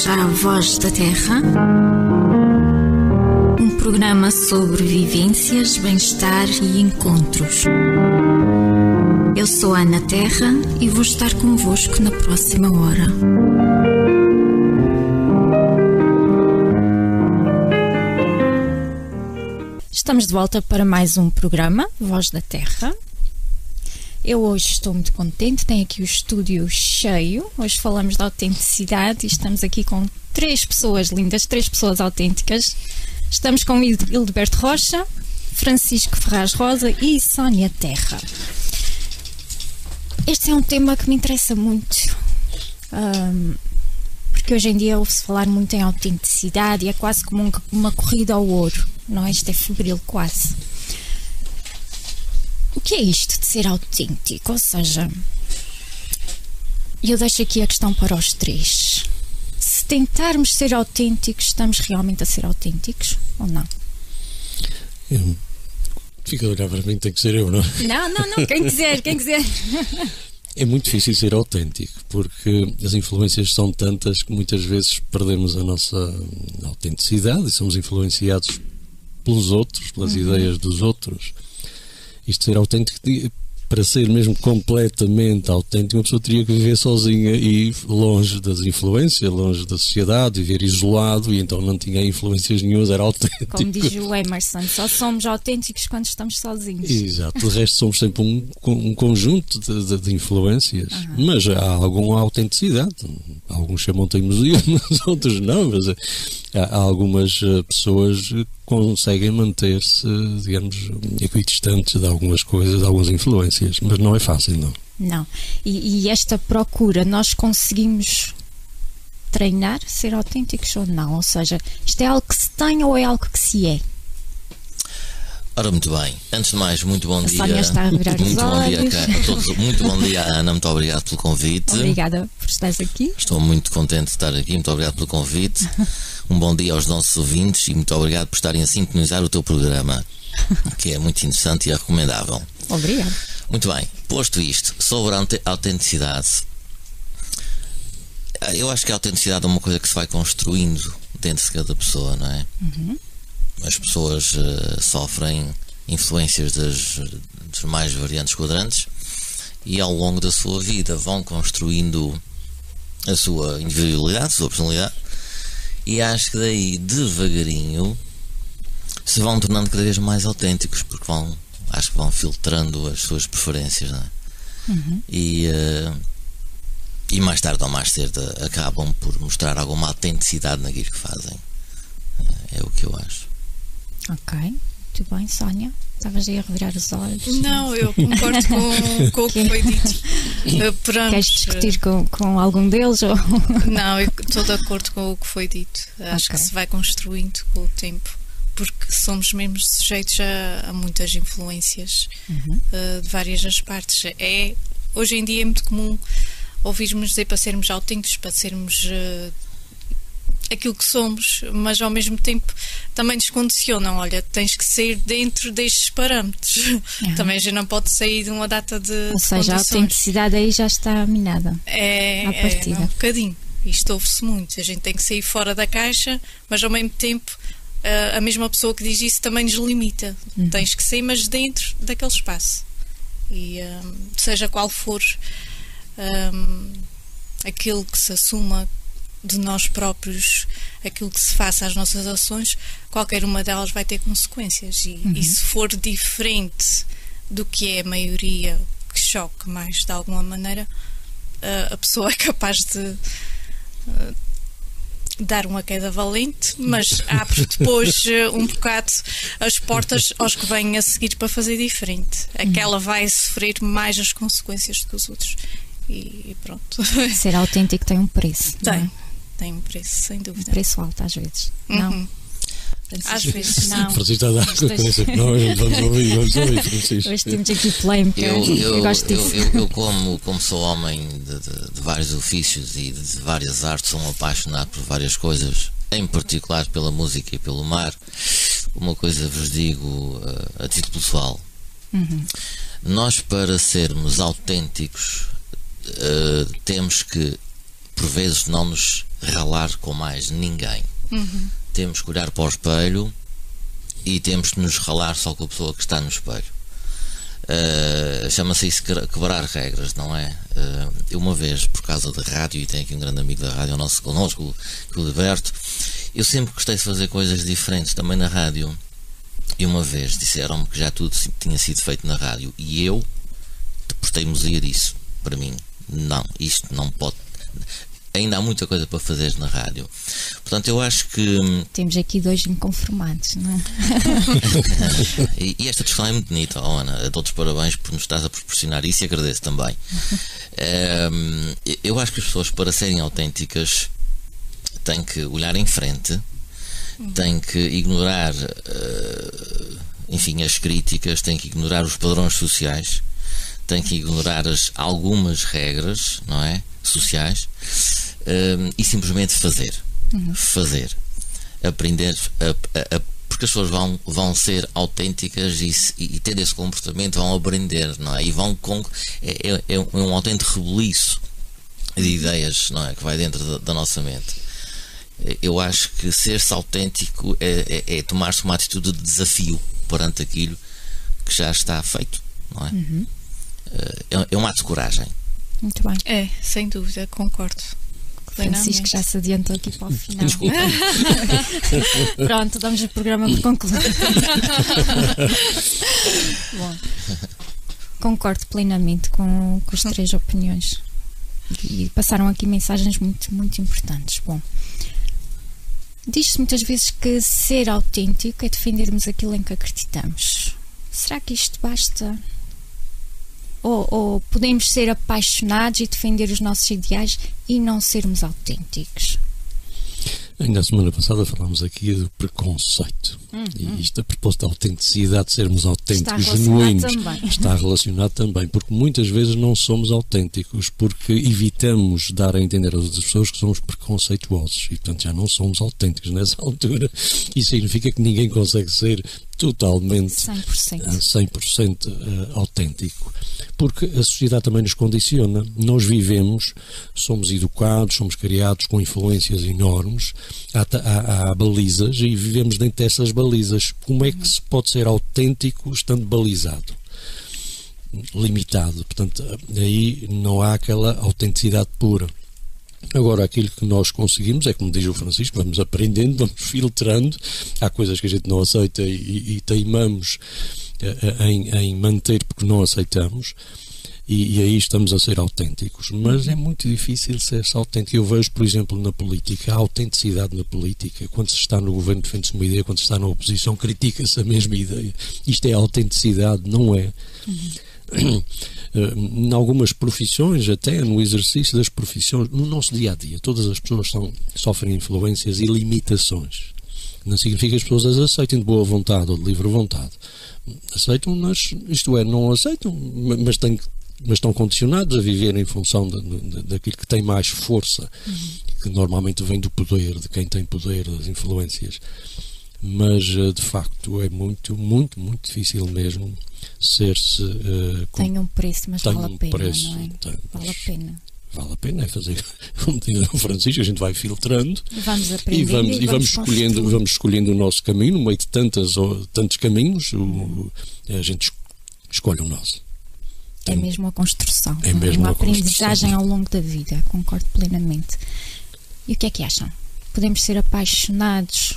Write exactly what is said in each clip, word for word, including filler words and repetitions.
bem-vindos à Voz da Terra, um programa sobre vivências, bem-estar e encontros. Eu sou a Ana Terra e vou estar convosco na próxima hora. Estamos de volta para mais um programa, Voz da Terra. Eu hoje estou muito contente, tenho aqui o estúdio cheio. Hoje falamos de autenticidade e estamos aqui com três pessoas lindas, três pessoas autênticas. Estamos com Hildeberto Rocha, Francisco Ferraz Rosa e Sónia Terra. Este é um tema que me interessa muito, um, porque hoje em dia ouve-se falar muito em autenticidade e é quase como um, uma corrida ao ouro, não é? Isto é febril quase. O que é isto de ser autêntico? Ou seja, eu deixo aqui a questão para os três. Se tentarmos ser autênticos, estamos realmente a ser autênticos ou não? Eu, fica a olhar para mim, tem que ser eu, não é? Não, não, não, quem quiser, quem quiser. É muito difícil ser autêntico, porque as influências são tantas que muitas vezes perdemos a nossa autenticidade e somos influenciados pelos outros, pelas uhum. ideias dos outros. Isto ser autêntico, para ser mesmo completamente autêntico, uma pessoa teria que viver sozinha e longe das influências, longe da sociedade, viver isolado, e então não tinha influências nenhumas, era autêntico. Como diz o Emerson, só somos autênticos quando estamos sozinhos. Exato, de resto somos sempre um, um conjunto de, de, de influências, uhum. mas há alguma autenticidade. Alguns chamam teimosia, mas outros não, mas há, há algumas pessoas que conseguem manter-se, digamos, equidistantes de algumas coisas, de algumas influências, mas não é fácil, não. Não. E, e esta procura, nós conseguimos treinar, ser autênticos ou não? Ou seja, isto é algo que se tem ou é algo que se é? Ora, muito bem. Antes de mais, muito bom a dia. Sónia está a virar muito os bom olhos. dia a todos. Muito bom dia, Ana. Muito obrigado pelo convite. Obrigada por estares aqui. Estou muito contente de estar aqui. Muito obrigado pelo convite. Um bom dia aos nossos ouvintes e muito obrigado por estarem a sintonizar o teu programa, que é muito interessante e recomendável. Obrigado. Muito bem. Posto isto, sobre a autenticidade, eu acho que a autenticidade é uma coisa que se vai construindo dentro de cada pessoa, não é? Uhum. As pessoas uh, sofrem influências das, dos mais variantes quadrantes e ao longo da sua vida vão construindo a sua individualidade, a sua personalidade, e acho que daí devagarinho se vão tornando cada vez mais autênticos, porque vão, acho que vão filtrando as suas preferências, não é? Uhum. e, uh, e mais tarde ou mais cedo acabam por mostrar alguma autenticidade naquilo que fazem. É o que eu acho. Ok, muito bem. Sónia, estavas aí a revirar os olhos. Não, eu concordo com, com o que foi dito. Pronto. Queres discutir com, com algum deles? Ou... Não, eu estou de acordo com o que foi dito. Acho okay. que se vai construindo com o tempo, porque somos mesmo sujeitos a, a muitas influências uhum. uh, de várias as partes. É, hoje em dia é muito comum ouvirmos dizer para sermos autênticos, para sermos... Uh, aquilo que somos, mas ao mesmo tempo também nos condicionam. Olha, tens que sair dentro destes parâmetros. Uhum. Também já não pode sair de uma data de Ou seja, condições. A autenticidade aí já está minada. É, à partida. é um bocadinho. Isto ouve-se muito. A gente tem que sair fora da caixa, mas ao mesmo tempo a mesma pessoa que diz isso também nos limita. Uhum. Tens que sair, mas dentro daquele espaço. E um, seja qual for um, aquilo que se assuma de nós próprios, aquilo que se faça às nossas ações, qualquer uma delas vai ter consequências e, uhum. e se for diferente do que é a maioria, que choque mais de alguma maneira, uh, a pessoa é capaz de uh, dar uma queda valente, mas abre depois uh, um bocado as portas aos que vêm a seguir para fazer diferente. Aquela vai sofrer mais as consequências do que os outros e, e pronto. Ser autêntico tem um preço. Tem. Não é? Tem um preço, sem dúvida. Um preço alto, às vezes. Uhum. Não? Às vezes. Não. Francisco está a dar com essa que nós vamos ouvir, vamos ouvir, Francisco. Hoje temos aqui polémica. Eu, eu, eu gosto disso. Eu, eu, eu como, como sou homem de, de, de vários ofícios e de, de várias artes, sou um apaixonado por várias coisas, em particular pela música e pelo mar. Uma coisa vos digo uh, a título pessoal. Uhum. Nós, para sermos autênticos, uh, temos que por vezes, não nos ralar com mais ninguém. Uhum. Temos que olhar para o espelho e temos que nos ralar só com a pessoa que está no espelho. Uh, chama-se isso quebrar regras, não é? Uh, eu uma vez, por causa da rádio, e tenho aqui um grande amigo da rádio, o nosso connosco, o Liberto, eu sempre gostei de fazer coisas diferentes também na rádio, e uma vez disseram-me que já tudo tinha sido feito na rádio, e eu por teimosia disso, para mim, não, isto não pode, ainda há muita coisa para fazer na rádio. Portanto, eu acho que... Temos aqui dois inconformados, não é? e, e esta discussão é muito bonita, oh, Ana. Dou-te os parabéns por nos estás a proporcionar isso e agradeço também. um, eu acho que as pessoas, para serem autênticas, têm que olhar em frente, têm que ignorar, uh, enfim, as críticas, têm que ignorar os padrões sociais, têm que ignorar as, algumas regras, não é? Sociais, um, e simplesmente fazer. Uhum. Fazer. Aprender a, a, a, porque as pessoas vão, vão ser autênticas e, e, e ter esse comportamento, vão aprender, não é? E vão com. É, é, é um autêntico rebuliço de ideias, não é? Que vai dentro da, da nossa mente. Eu acho que ser-se autêntico é, é, é tomar-se uma atitude de desafio perante aquilo que já está feito, não é? Uhum. É, é um ato de coragem. Muito bem. É, sem dúvida, concordo. Francisco já se adiantou aqui para o final. Pronto, damos o programa por concluído. Bom, concordo plenamente com, com as três opiniões. E passaram aqui mensagens muito, muito importantes. Bom, diz-se muitas vezes que ser autêntico é defendermos aquilo em que acreditamos. Será que isto basta? Ou, ou podemos ser apaixonados e defender os nossos ideais e não sermos autênticos? Ainda a semana passada falámos aqui do preconceito. Uhum. E isto, a propósito da autenticidade, de sermos autênticos, está genuínos, também. está relacionado também, porque muitas vezes não somos autênticos, porque evitamos dar a entender às outras pessoas que somos preconceituosos e, portanto, já não somos autênticos nessa altura. Isso significa que ninguém consegue ser totalmente cem por cento, cem por cento uh, autêntico, porque a sociedade também nos condiciona. Nós vivemos, somos educados, somos criados com influências enormes, há, há, há balizas e vivemos dentro dessas balizas. Como é que se pode ser autêntico estando balizado? Limitado. Portanto, aí não há aquela autenticidade pura. Agora, aquilo que nós conseguimos é, como diz o Francisco, vamos aprendendo, vamos filtrando. Há coisas que a gente não aceita e, e, e teimamos uh, em, em manter porque não aceitamos, e, e aí estamos a ser autênticos. Mas é muito difícil ser-se autêntico. Eu vejo, por exemplo, na política, a autenticidade na política. Quando se está no governo, defende-se uma ideia, quando se está na oposição, critica-se a mesma ideia. Isto é autenticidade, não é? Uhum. Em algumas profissões, até no exercício das profissões, no nosso dia-a-dia, todas as pessoas são, sofrem influências e limitações. Não significa que as pessoas as aceitem de boa vontade ou de livre vontade. Aceitam-nas, isto é, não aceitam, mas, têm, mas estão condicionados a viver em função de, de, daquilo que tem mais força, uhum. que normalmente vem do poder, de quem tem poder, das influências. Mas, de facto, é muito, muito, muito difícil mesmo ser-se... Uh, com... Tem um preço, mas tem vale um a pena, preço, não é? Tem, vale a pena. Vale a pena é fazer, como diz o Francisco, a gente vai filtrando vamos aprendendo e vamos, e e vamos, vamos escolhendo, vamos escolhendo o nosso caminho, no meio de tantas, ou, tantos caminhos, o, a gente escolhe o nosso. É mesmo a construção, é mesmo uma a aprendizagem ao longo da vida, concordo plenamente. E o que é que acham? Podemos ser apaixonados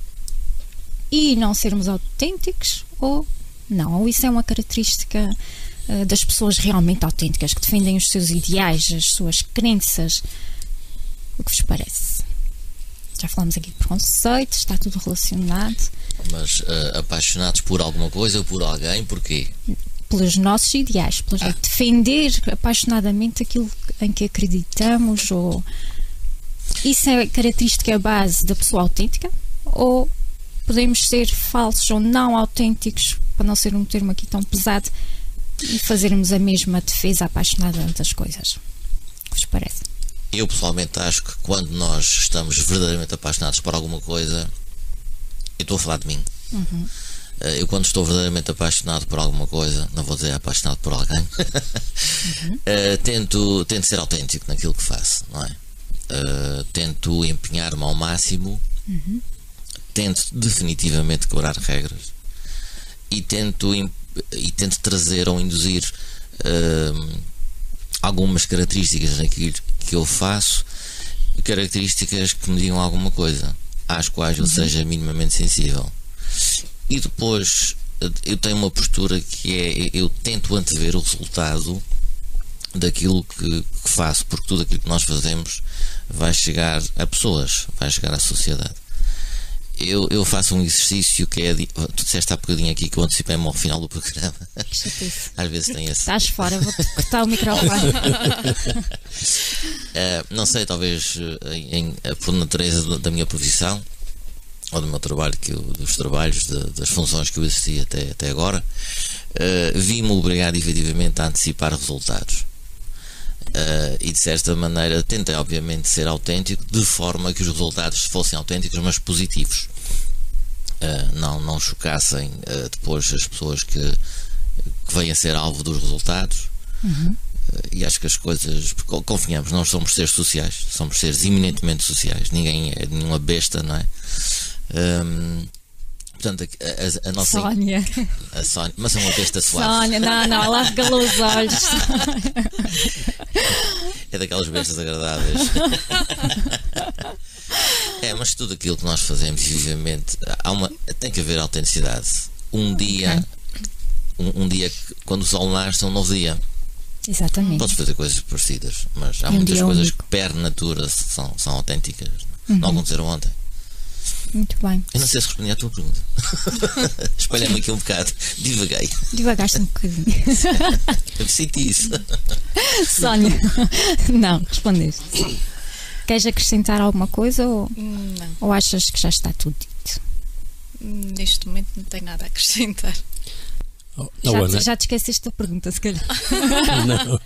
e não sermos autênticos ou não? Ou isso é uma característica uh, das pessoas realmente autênticas, que defendem os seus ideais, as suas crenças? O que vos parece? Já falamos aqui de preconceito, está tudo relacionado. Mas uh, apaixonados por alguma coisa ou por alguém, porquê? Pelos nossos ideais, pelos ah. defender apaixonadamente aquilo em que acreditamos, ou isso é característica base da pessoa autêntica? Ou podemos ser falsos ou não autênticos, para não ser um termo aqui tão pesado, e fazermos a mesma defesa apaixonada das coisas? O que vos parece? Eu pessoalmente acho que quando nós estamos verdadeiramente apaixonados por alguma coisa, eu estou a falar de mim. Uhum. Eu quando estou verdadeiramente apaixonado por alguma coisa, não vou dizer apaixonado por alguém, uhum. uh, tento, tento ser autêntico naquilo que faço, não é? uh, tento empenhar-me ao máximo, uhum. tento definitivamente quebrar regras e tento, e tento trazer ou induzir uh, algumas características naquilo que eu faço, características que me digam alguma coisa, às quais eu seja minimamente sensível. E depois eu tenho uma postura que é, eu tento antever o resultado daquilo que, que faço, porque tudo aquilo que nós fazemos vai chegar a pessoas, vai chegar à sociedade. Eu, eu faço um exercício que é, tu disseste há bocadinho aqui que eu antecipei-me ao final do programa. Às vezes tem esse... Estás fora, vou-te cortar o microfone. uh, não sei, talvez em, em, por natureza da minha profissão ou do meu trabalho, que eu, dos trabalhos, de, das funções que eu exerci até, até agora, uh, vi-me obrigado efetivamente a antecipar resultados. Uh, e de certa maneira tentei obviamente ser autêntico, de forma que os resultados fossem autênticos, mas positivos, uh, não, não chocassem uh, depois as pessoas que, que vêm a ser alvo dos resultados. Uhum. Uh, e acho que as coisas, convenhamos, nós somos seres sociais, somos seres eminentemente sociais, ninguém é nenhuma besta, não é? Um, Portanto, a, a, a nossa. Sónia. A Sónia. Mas é uma besta suave. Sónia, não, não, ela regalou os olhos. É daquelas bestas agradáveis. É, mas tudo aquilo que nós fazemos, vivamente, há uma, tem que haver autenticidade. Um dia, okay. um, um dia que, quando o sol nasce, é um novo dia. Exatamente. Podes fazer coisas parecidas, mas há um muitas coisas único. que, per natura, são, são autênticas. Uhum. Não aconteceram ontem. Muito bem. Eu não sei se respondi à tua pergunta. Espalha-me aqui um bocado. Divaguei. Divagaste um bocadinho. Eu senti isso. Sónia, não, respondeste. Queres acrescentar alguma coisa ou, Não. ou achas que já está tudo dito? Neste momento não tenho nada a acrescentar. Oh, Já, não, te, Ana, já te esqueceste da pergunta, se calhar. não.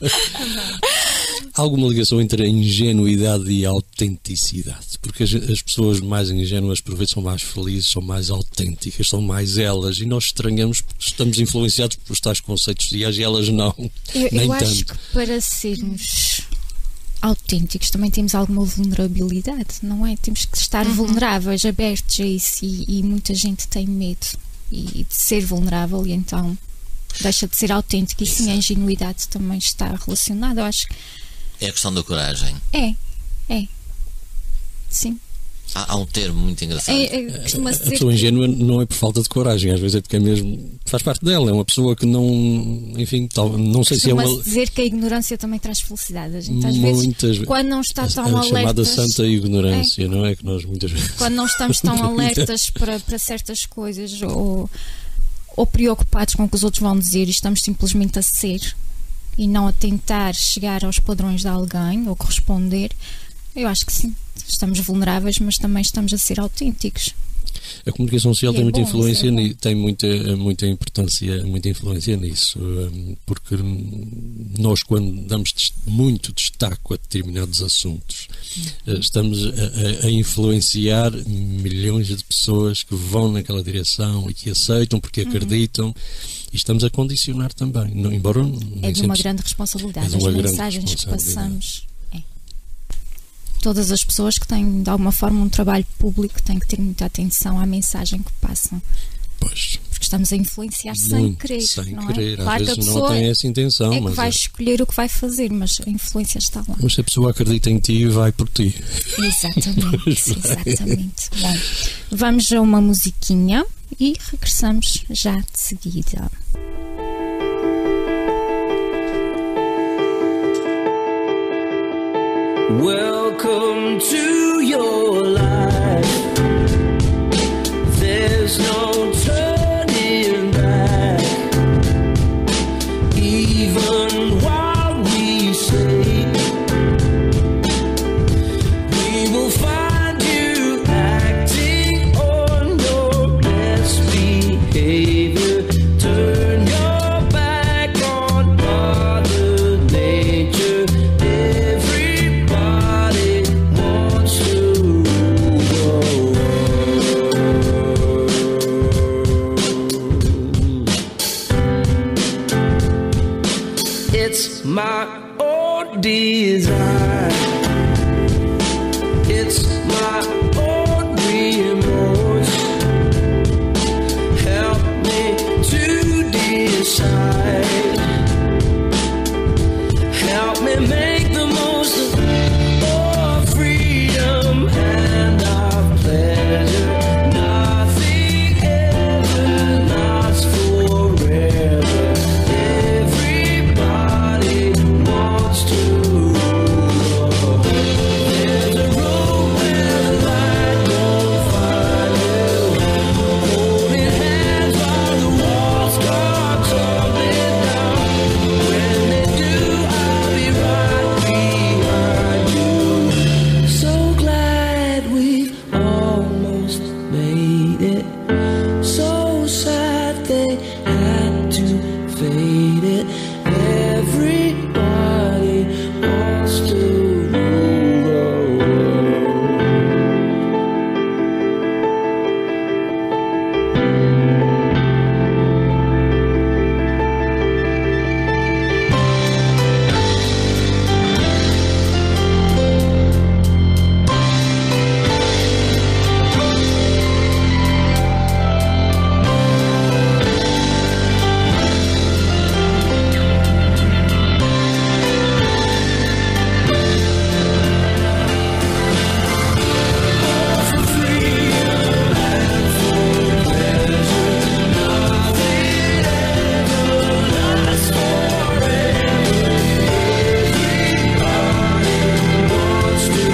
Há alguma ligação entre a ingenuidade e a autenticidade? Porque as, as pessoas mais ingênuas, por vezes, são mais felizes, são mais autênticas, são mais elas, e nós estranhamos porque estamos influenciados por tais conceitos sociais e elas não. Eu, nem eu tanto. acho que para sermos autênticos também temos alguma vulnerabilidade, não é? Temos que estar Uhum. vulneráveis, abertos a isso, e, e muita gente tem medo e, de ser vulnerável, e então deixa de ser autêntico. E sim, a ingenuidade também está relacionada. Eu acho que É a questão da coragem. é, é, sim. Há, há um termo muito engraçado. É, é, costuma A ser pessoa que- ingênua não é por falta de coragem, às vezes é porque é mesmo, faz parte dela, é uma pessoa que não, enfim, tal, não sei se é costuma-se uma. dizer que a ignorância também traz felicidade. A gente às vezes, Muitas quando não está a, tão a chamada alertas, santa ignorância, não é? Que nós muitas vezes. quando não estamos tão alertas para, para certas coisas, ou, ou preocupados com o que os outros vão dizer, e estamos simplesmente a ser e não a tentar chegar aos padrões de alguém ou corresponder, eu acho que sim, estamos vulneráveis, mas também estamos a ser autênticos. A comunicação social E tem é muita bom, influência, isso é bom. ni- tem muita, muita importância, muita influência nisso, hum, porque hum, nós, quando damos des- muito destaque a determinados assuntos, eh, estamos a, a- a influenciar milhões de pessoas que vão naquela direção e que aceitam porque Uhum. acreditam, e estamos a condicionar também, não, embora É nem de uma sempre- grande responsabilidade. É de uma As grande mensagens que responsabilidade. passamos. É. Todas as pessoas que têm, de alguma forma, um trabalho público têm que ter muita atenção à mensagem que passam, Pois, porque estamos a influenciar sem muito, querer. sem não é? querer, Claro às que a vezes não pessoa tem essa intenção, é que mas, vai é- escolher o que vai fazer, mas a influência está lá. mas se a pessoa acredita em ti, vai por ti. Exatamente, Pois vai. exatamente. Bom, vamos a uma musiquinha e regressamos já de seguida. Welcome to your life. There's no turning back. Even while we sleep, we will find you acting on your best behavior. Turn your back on Mother Nature. Everybody wants to It's my own design fix my own remote. Help me to decide. Help me make the most of our freedom and our pleasure. Nothing ever lasts forever. Everybody wants to rule. There's a road where the light won't find you. Holding hands while the walls start tumbling down. When they do, I'll be right behind you. So glad we've almost made it. So sad they had to fade it. Everybody wants to rule the world. For freedom and for pleasure, nothing ever lasts forever. Everybody wants to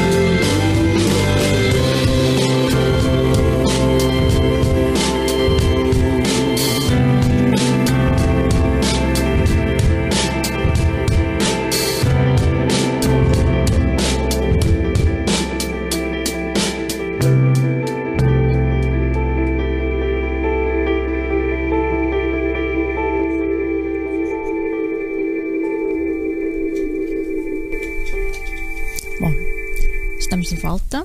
Bom, estamos de volta.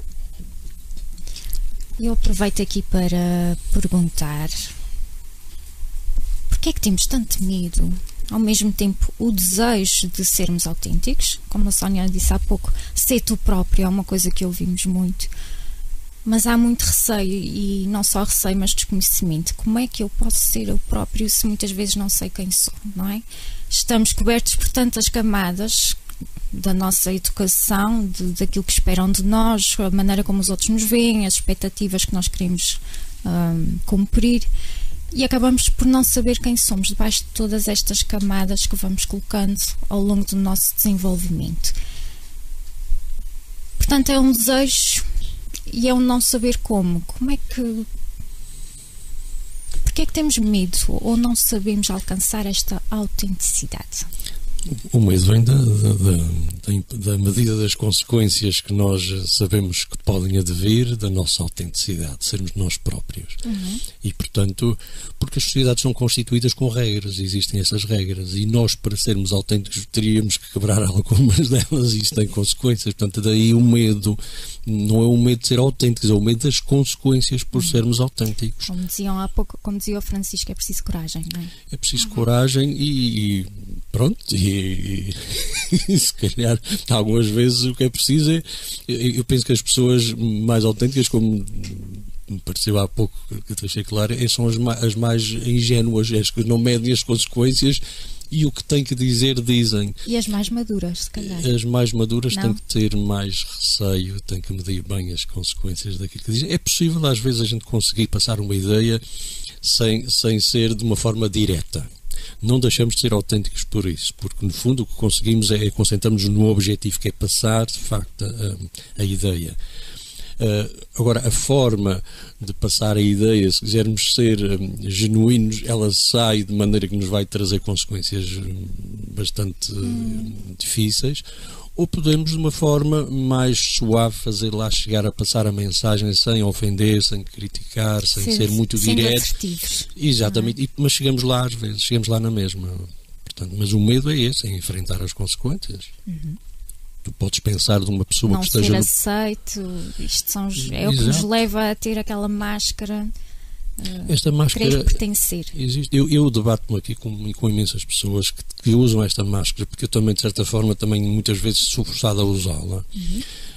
Eu aproveito aqui para perguntar: porquê é que temos tanto medo, ao mesmo tempo o desejo de sermos autênticos? Como a Sónia disse há pouco, ser tu próprio é uma coisa que ouvimos muito, mas há muito receio, e não só receio, mas desconhecimento. Como é que eu posso ser eu próprio se muitas vezes não sei quem sou, não é? Estamos cobertos por tantas camadas da nossa educação, de, daquilo que esperam de nós, a maneira como os outros nos veem, as expectativas que nós queremos hum, cumprir, e acabamos por não saber quem somos debaixo de todas estas camadas que vamos colocando ao longo do nosso desenvolvimento. Portanto, é um desejo e é um não saber como. Como é que... Porquê é que temos medo ou não sabemos alcançar esta autenticidade? O medo vem da, da, da, da medida das consequências que nós sabemos que podem advir da nossa autenticidade, sermos nós próprios. Uhum. E, portanto, porque as sociedades são constituídas com regras, existem essas regras, e nós, para sermos autênticos, teríamos que quebrar algumas delas, e isso tem consequências. Portanto, daí o medo, não é o medo de ser autênticos, é o medo das consequências por uhum. sermos autênticos. Como diziam há pouco, como dizia o Francisco, é preciso coragem, não é? É preciso uhum. coragem e, e pronto, e E, e se calhar algumas vezes o que é preciso é, eu penso que as pessoas mais autênticas, como me pareceu há pouco que eu deixei claro, são as mais, as mais ingênuas, as que não medem as consequências e o que têm que dizer dizem. E as mais maduras, se calhar. As mais maduras não. têm que ter mais receio, têm que medir bem as consequências daquilo que dizem. É possível às vezes a gente conseguir passar uma ideia sem, sem ser de uma forma direta. Não deixamos de ser autênticos por isso, porque no fundo o que conseguimos é, é concentrarmos no objetivo, que é passar de facto a, a ideia. Uh, agora, a forma de passar a ideia, se quisermos ser um, genuínos, ela sai de maneira que nos vai trazer consequências bastante hum. uh, difíceis, ou podemos de uma forma mais suave fazer lá chegar a passar a mensagem sem ofender, sem criticar, sem ser, ser muito direto. Exatamente, e, mas chegamos lá às vezes, chegamos lá na mesma. Portanto, mas o medo é esse, é enfrentar as consequências. Uhum. Tu podes pensar de uma pessoa não que esteja... Não ser aceito, isto são, é o que nos leva a ter aquela máscara... Uh, esta máscara querer pertencer. Existe. Eu, eu debato-me aqui com, com imensas pessoas que, que usam esta máscara, porque eu também, de certa forma, também muitas vezes sou forçado a usá-la. Uhum.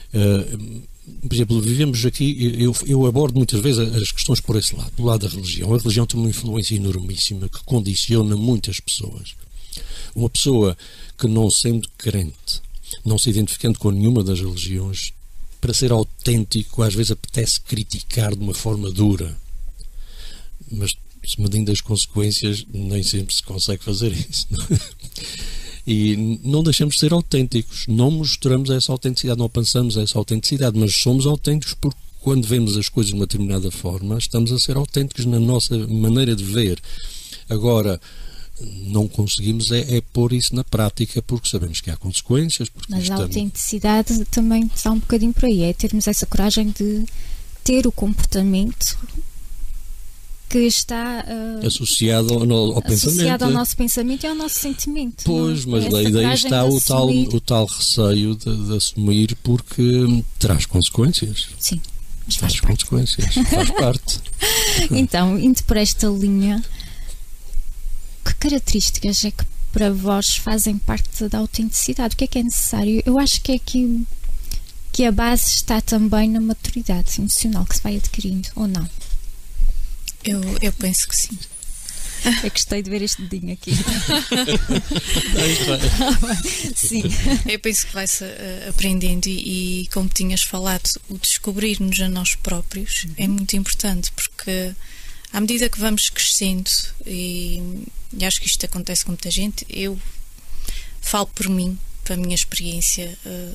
Uh, por exemplo, vivemos aqui, eu, eu abordo muitas vezes as questões por esse lado, do lado da religião. A religião tem uma influência enormíssima que condiciona muitas pessoas. Uma pessoa que não sendo crente, não se identificando com nenhuma das religiões, para ser autêntico, às vezes apetece criticar de uma forma dura. Mas, se medindo as consequências, nem sempre se consegue fazer isso. Não é? E não deixamos de ser autênticos, não mostramos essa autenticidade, não pensamos essa autenticidade, mas somos autênticos porque quando vemos as coisas de uma determinada forma, estamos a ser autênticos na nossa maneira de ver. Agora, não conseguimos é, é pôr isso na prática porque sabemos que há consequências. Porque Mas a estamos... autenticidade também está um bocadinho por aí, é termos essa coragem de ter o comportamento que está uh, associado ao, ao pensamento. Associado ao nosso pensamento e ao nosso sentimento. Pois, não? mas Essa daí, daí está o tal, assumir. o tal receio de, de assumir porque hum, traz consequências. Sim, mas Traz faz parte. consequências, faz parte. Então, indo por esta linha, que características é que para vós fazem parte da autenticidade? O que é que é necessário? Eu acho que é que, que a base está também na maturidade emocional que se vai adquirindo, ou não? Eu, eu penso que sim. Eu gostei de ver este dedinho aqui. Sim. Eu penso que vai-se uh, aprendendo e, e, como tinhas falado, o descobrir-nos a nós próprios uhum. é muito importante, porque à medida que vamos crescendo, e, e acho que isto acontece com muita gente, eu falo por mim, para a minha experiência, uh,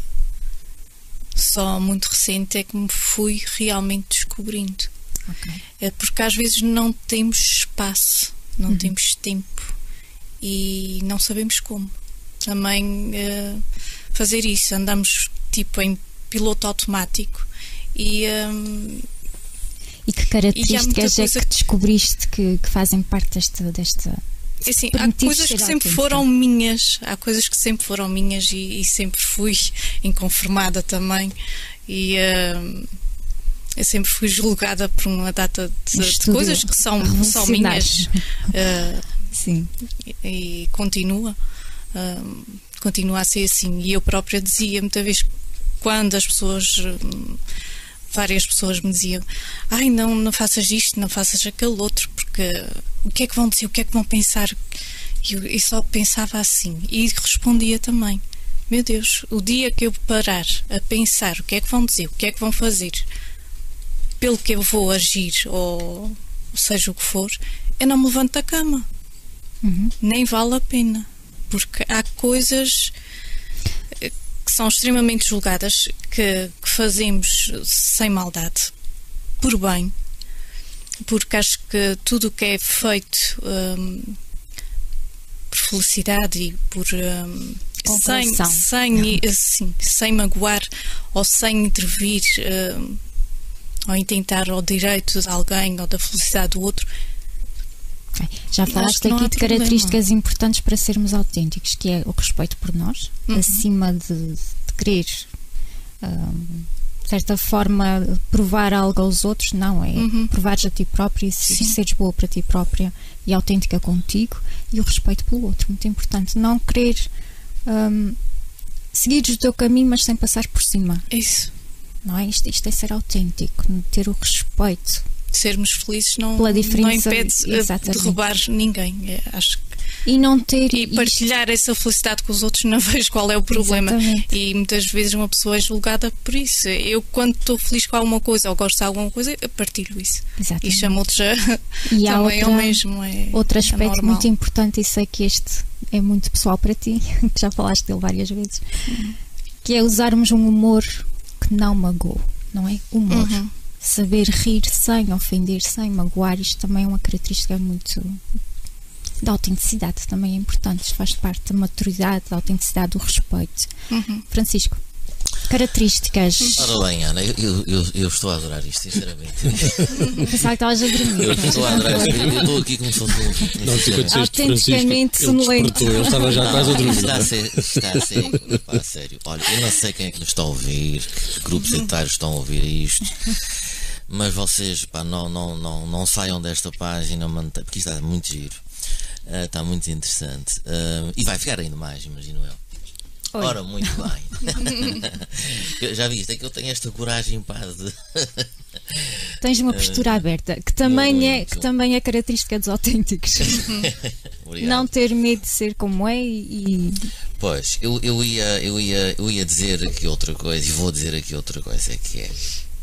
só muito recente é que me fui realmente descobrindo. Okay. É porque às vezes não temos espaço, não uhum. temos tempo e não sabemos como também uh, fazer isso. Andamos tipo em piloto automático e, um, e que características é coisa... que descobriste que, que fazem parte desta, desta... Assim, há coisas que sempre foram minhas, há coisas que sempre foram minhas e, e sempre fui inconformada também e uh, eu sempre fui julgada por uma data de, de coisas que são, são minhas uh, Sim. E, e continua uh, continua a ser assim. E eu própria dizia muitas vezes, quando as pessoas uh, várias pessoas me diziam, ai não, não faças isto, não faças aquele outro, porque o que é que vão dizer, o que é que vão pensar? E eu, eu só pensava assim e respondia também, meu Deus, o dia que eu parar a pensar o que é que vão dizer, o que é que vão fazer, pelo que eu vou agir, ou seja o que for, eu não me levanto da cama. Uhum. Nem vale a pena, porque há coisas que são extremamente julgadas que, que fazemos sem maldade, por bem, porque acho que tudo o que é feito um, por felicidade e por um, sem, sem, assim, sem magoar ou sem intervir um, ou intentar o direito de alguém ou da felicidade do outro. Okay. Já falaste aqui de características importantes para sermos autênticos, que é o respeito por nós, uhum. acima de, de querer um, de certa forma provar algo aos outros, não, é uhum. provares a ti própria e seres boa para ti própria e autêntica contigo, e o respeito pelo outro, muito importante, não querer um, seguir o teu caminho mas sem passar por cima. Isso. Não é? Isto, isto é ser autêntico, ter o respeito. Sermos felizes não, pela diferença, não impede de derrubar ninguém. É, acho que e não ter e partilhar isto. Essa felicidade com os outros, não vejo qual é o problema. Exatamente. E muitas vezes uma pessoa é julgada por isso. Eu, quando estou feliz com alguma coisa ou gosto de alguma coisa, eu partilho isso. Exatamente. E chamo outros a e há também outra, ao mesmo. É, outro aspecto é muito importante, e sei que este é muito pessoal para ti, que já falaste dele várias vezes, uhum. que é usarmos um humor que não magoa, não é? Humor. Uhum. Saber rir sem ofender, sem magoar, isto também é uma característica muito da autenticidade, também é importante, isto faz parte da maturidade, da autenticidade, do respeito. Uhum. Francisco, características. Ora bem, Ana, eu, eu, eu estou a adorar isto, sinceramente. Pensava que estavas a dormir. Eu estou a adorar isto, eu estou aqui como se fosse um. Não, tu disseste autenticamente sonolento. Ele estava já quase a dormir. Está a ser, está a ser, pá, a sério. Olha, eu não sei quem é que nos está a ouvir, que grupos etários estão a ouvir isto. Mas vocês, pá, não, não, não, não saiam desta página, mantém, porque isto está muito giro, uh, está muito interessante uh, e vai ficar ainda mais, imagino eu. Oi. Ora, muito bem. Eu já viste, é que eu tenho esta coragem, pá, de... Tens uma postura aberta, que também, é, muito. que também é característica dos autênticos. Obrigado. Não ter medo de ser como é e. Pois, eu, eu, ia, eu, ia, eu ia dizer aqui outra coisa, e vou dizer aqui outra coisa, que é...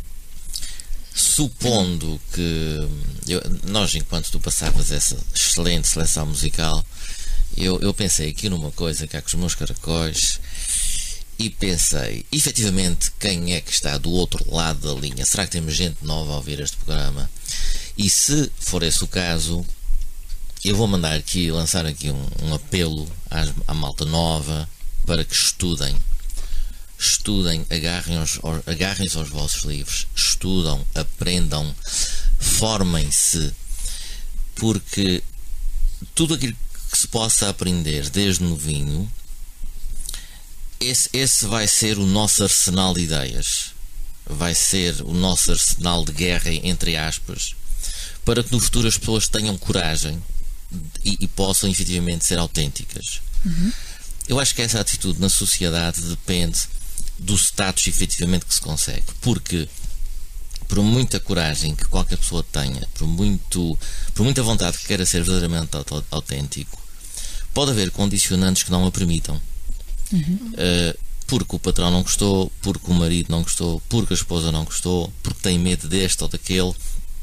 Supondo que eu, nós, enquanto tu passavas essa excelente seleção musical, eu, eu pensei aqui numa coisa que há com os meus caracóis e pensei, efetivamente, quem é que está do outro lado da linha? Será que temos gente nova a ouvir este programa? E se for esse o caso, eu vou mandar aqui, lançar aqui um, um apelo às, à malta nova para que estudem. Estudem, agarrem-se aos, agarrem-se aos vossos livros, estudam, aprendam, formem-se, porque tudo aquilo que se possa aprender desde novinho, esse, esse vai ser o nosso arsenal de ideias, vai ser o nosso arsenal de guerra, entre aspas, para que no futuro as pessoas tenham coragem e, e possam efetivamente ser autênticas. Uhum. Eu acho que essa atitude na sociedade depende do status efetivamente que se consegue, porque por muita coragem que qualquer pessoa tenha, por, muito, por muita vontade que queira ser verdadeiramente autêntico, pode haver condicionantes que não a permitam. Uhum. Uh, porque o patrão não gostou, porque o marido não gostou, porque a esposa não gostou, porque tem medo deste ou daquele.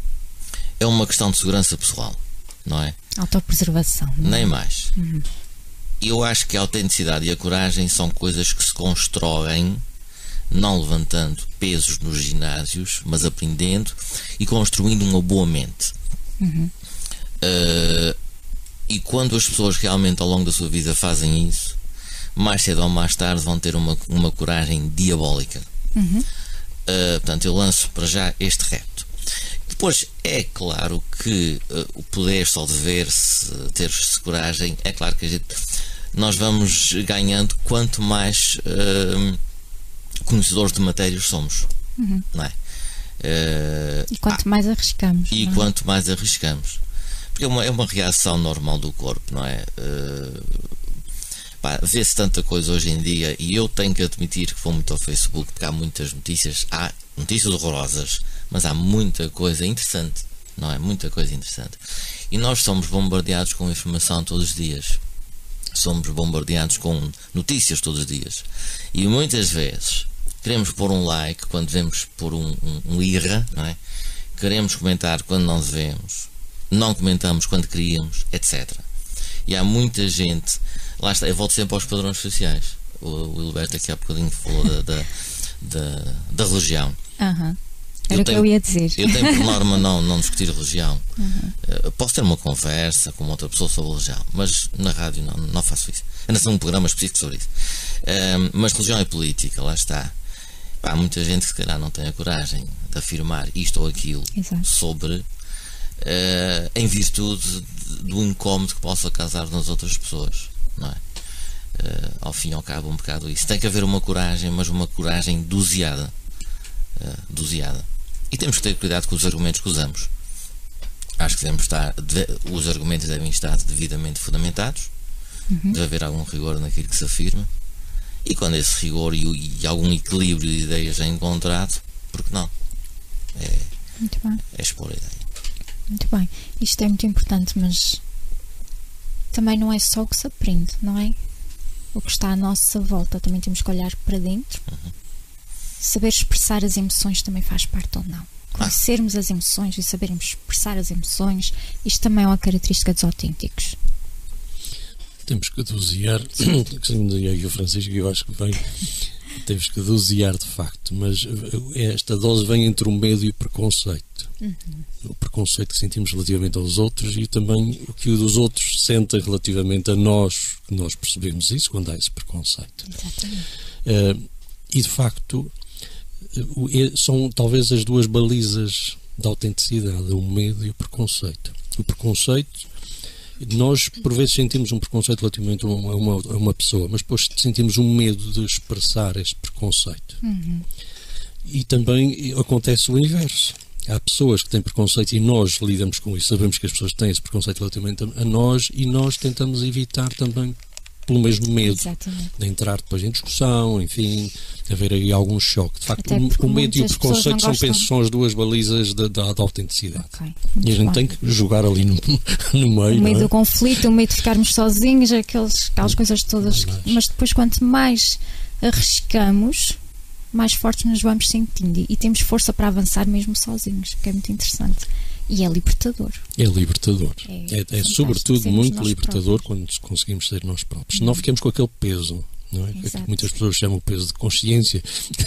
É uma questão de segurança pessoal, não é? Autopreservação. Não é? Nem mais. Uhum. Eu acho que a autenticidade e a coragem são coisas que se constroem, não levantando pesos nos ginásios, mas aprendendo e construindo uma boa mente. Uhum. Uh, e quando as pessoas realmente ao longo da sua vida fazem isso, mais cedo ou mais tarde vão ter uma, uma coragem diabólica. Uhum. Uh, portanto, eu lanço para já este repto. Depois, é claro que uh, o poder só dever-se, ter-se coragem, é claro que a gente, nós vamos ganhando quanto mais uh, conhecedores de matérias somos, uhum. não é? Uh, e quanto ah, mais arriscamos. E não é? quanto mais arriscamos. Porque é uma, é uma reação normal do corpo, não é? Uh, pá, vê-se tanta coisa hoje em dia e eu tenho que admitir que vou muito ao Facebook porque há muitas notícias, há notícias horrorosas, mas há muita coisa interessante, não é? Muita coisa interessante. E nós somos bombardeados com informação todos os dias. Somos bombardeados com notícias todos os dias. E muitas vezes queremos pôr um like quando devemos pôr um, um, um irra, não é? Queremos comentar quando não devemos, não comentamos quando queríamos, etcétera. E há muita gente, lá está, eu volto sempre aos padrões sociais. O, o Hilberto aqui há bocadinho falou da, da, da, da religião. Uhum. Era Eu o que tenho, eu ia dizer. eu tenho por norma não, não discutir religião. Uhum. Uh, posso ter uma conversa com outra pessoa sobre religião, mas na rádio não, não faço isso. Eu não sou um programa específico sobre isso. Uh, mas religião e política, lá está. Há muita gente que se calhar não tem a coragem de afirmar isto ou aquilo. Exato. Sobre, uh, em virtude do incómodo que possa causar nas outras pessoas, não é? Uh, ao fim e ao cabo um bocado isso. Tem que haver uma coragem, mas uma coragem doseada. Uh, doseada. E temos que ter cuidado com os argumentos que usamos. Acho que devemos estar, deve, os argumentos devem estar devidamente fundamentados. Uhum. Deve haver algum rigor naquilo que se afirma. E quando esse rigor e, e algum equilíbrio de ideias é encontrado, porque não? É, muito bem. É expor a ideia. Muito bem. Isto é muito importante, mas também não é só o que se aprende, não é? O que está à nossa volta. Também temos que olhar para dentro. Uhum. Saber expressar as emoções também faz parte ou não. Conhecermos ah. as emoções e sabermos expressar as emoções, isto também é uma característica dos autênticos. Temos que dosear, como dizia aqui o Francisco, eu acho que vem, temos que dosear de facto, mas esta dose vem entre o medo e o preconceito. Uhum. O preconceito que sentimos relativamente aos outros e também o que os outros sentem relativamente a nós, que nós percebemos isso quando há esse preconceito. Exatamente. Uh, e de facto são talvez as duas balizas da autenticidade, o medo e o preconceito. O preconceito, nós por vezes sentimos um preconceito relativamente a uma, a uma, a uma pessoa, mas depois sentimos um medo de expressar este preconceito. Uhum. E também acontece o inverso. Há pessoas que têm preconceito e nós lidamos com isso, sabemos que as pessoas têm esse preconceito relativamente a nós e nós tentamos evitar também pelo mesmo medo Exatamente. de entrar depois em discussão, enfim, haver aí algum choque. De facto, Até o, porque o medo e o muitas pessoas preconceito não são, gostam. penso, são as duas balizas da, da, da autenticidade. Ok, E a muito gente bem. tem que jogar ali no, no meio, O medo não é? do conflito, o medo de ficarmos sozinhos, aqueles, aquelas coisas todas. Mas- Mas depois, quanto mais arriscamos, mais fortes nos vamos sentindo. E temos força para avançar mesmo sozinhos, que é muito interessante. E é libertador. É libertador. É É, é fantástico sobretudo sermos muito nós libertador próprios. quando conseguimos ser nós próprios. Não ficamos com aquele peso, não é? Que Exato. muitas pessoas chamam o peso de consciência.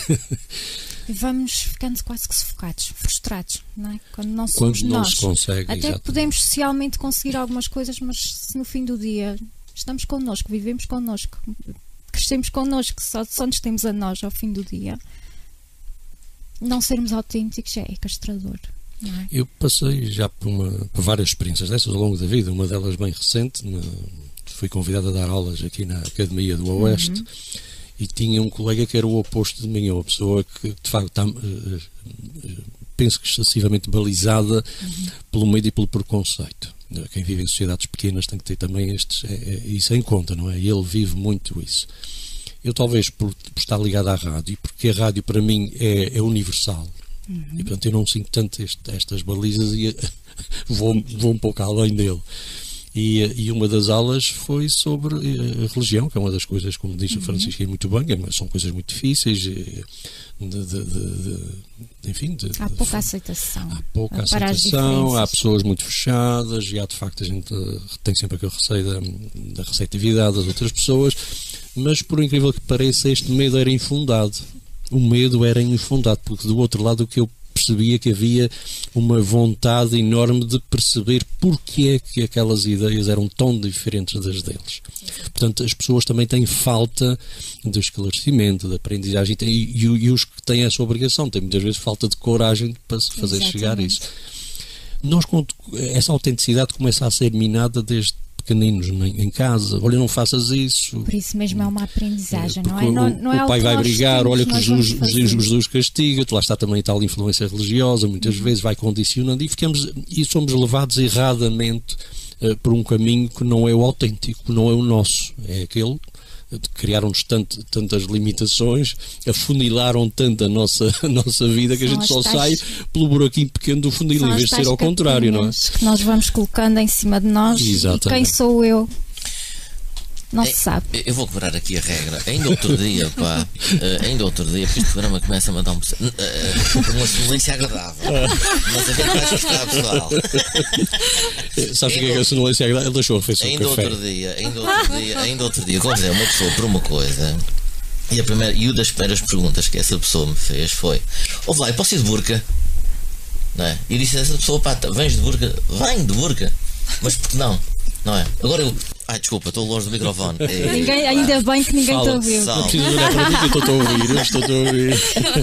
E vamos ficando quase que sufocados, frustrados, não é? Quando não Quando somos não nós. se consegue. Até exatamente. podemos socialmente conseguir algumas coisas, mas se no fim do dia estamos connosco, vivemos connosco, crescemos connosco, só, só nos temos a nós ao fim do dia, não sermos autênticos é castrador. Não é? Eu passei já por, uma, por várias experiências dessas ao longo da vida, uma delas bem recente. Na, fui convidado a dar aulas aqui na Academia do Oeste. Uhum. E tinha um colega que era o oposto de mim, uma pessoa que de facto está, eh, eh, penso que excessivamente balizada Uhum. pelo medo e pelo preconceito. Quem vive em sociedades pequenas tem que ter também estes, é, é, isso em conta, não é? E ele vive muito isso. Eu talvez por, por estar ligado à rádio, porque a rádio para mim é, é universal. Uhum. E portanto eu não sinto tanto este, estas balizas e vou, vou um pouco além dele. E, e uma das aulas foi sobre eh, a religião, que é uma das coisas, como disse o Francisco, muito bem, é- são coisas muito difíceis, eh, de, de, de, de, de- enfim, de, Há de- pouca aceitação. há pouca para as aceitação, há diferenças. pessoas muito fechadas e há de facto a gente eh, tem sempre aquele receio da, da receptividade das outras pessoas, mas por incrível que pareça este medo era infundado. O medo era infundado, porque do outro lado o que eu percebia que havia uma vontade enorme de perceber porque é que aquelas ideias eram tão diferentes das deles. Portanto, as pessoas também têm falta de esclarecimento, de aprendizagem, e, têm- e- e os que têm essa obrigação têm muitas vezes falta de coragem para se fazer Exatamente. chegar a isso. Nós, quando- essa autenticidade começa a ser minada desde pequeninos em em casa. Olha, não faças isso. Por isso mesmo é uma aprendizagem, não Porque é? Não, o, não é o algo pai que vai nós brigar, temos, olha que nós Jesus, vamos fazer. Jesus, Jesus castiga-te, lá está também tal influência religiosa, muitas Uhum. vezes vai condicionando e ficamos e somos levados erradamente eh, por um caminho que não é o autêntico, que não é o nosso, é aquele. Criaram-nos tanto, tantas limitações, afunilaram tanto a nossa, a nossa vida que a São gente as só tais- sai pelo buraquinho pequeno do funil, São em as vez de tais ser ao contrário, não é? capinhas que nós vamos colocando em cima de nós. Exatamente. E quem sou eu? Não se É, sabe. Eu vou quebrar aqui a regra. Ainda outro dia, pá, eh, ainda outro dia, porque este programa começa a mandar um, eh, uma sonolência agradável. Mas a gente vai assustar, pessoal. Sabes o que é que a sonolência é? Ele deixou a refeição de Ainda café. outro dia, ainda outro dia, ainda outro dia, convidei uma pessoa por uma coisa. E, a primeira, e uma das primeiras perguntas que essa pessoa me fez foi: ouve lá, eu posso ir de burca? Não é? E disse a essa pessoa: pá, vens de burca? Vem de burca, mas porque não? Não é? Agora eu. Ai, desculpa, estou longe do microfone. É, Ninguém, pá. ainda bem que ninguém te Fala, ouviu. sal. Não preciso olhar para mim que eu estou a ouvir, eu estou a ouvir.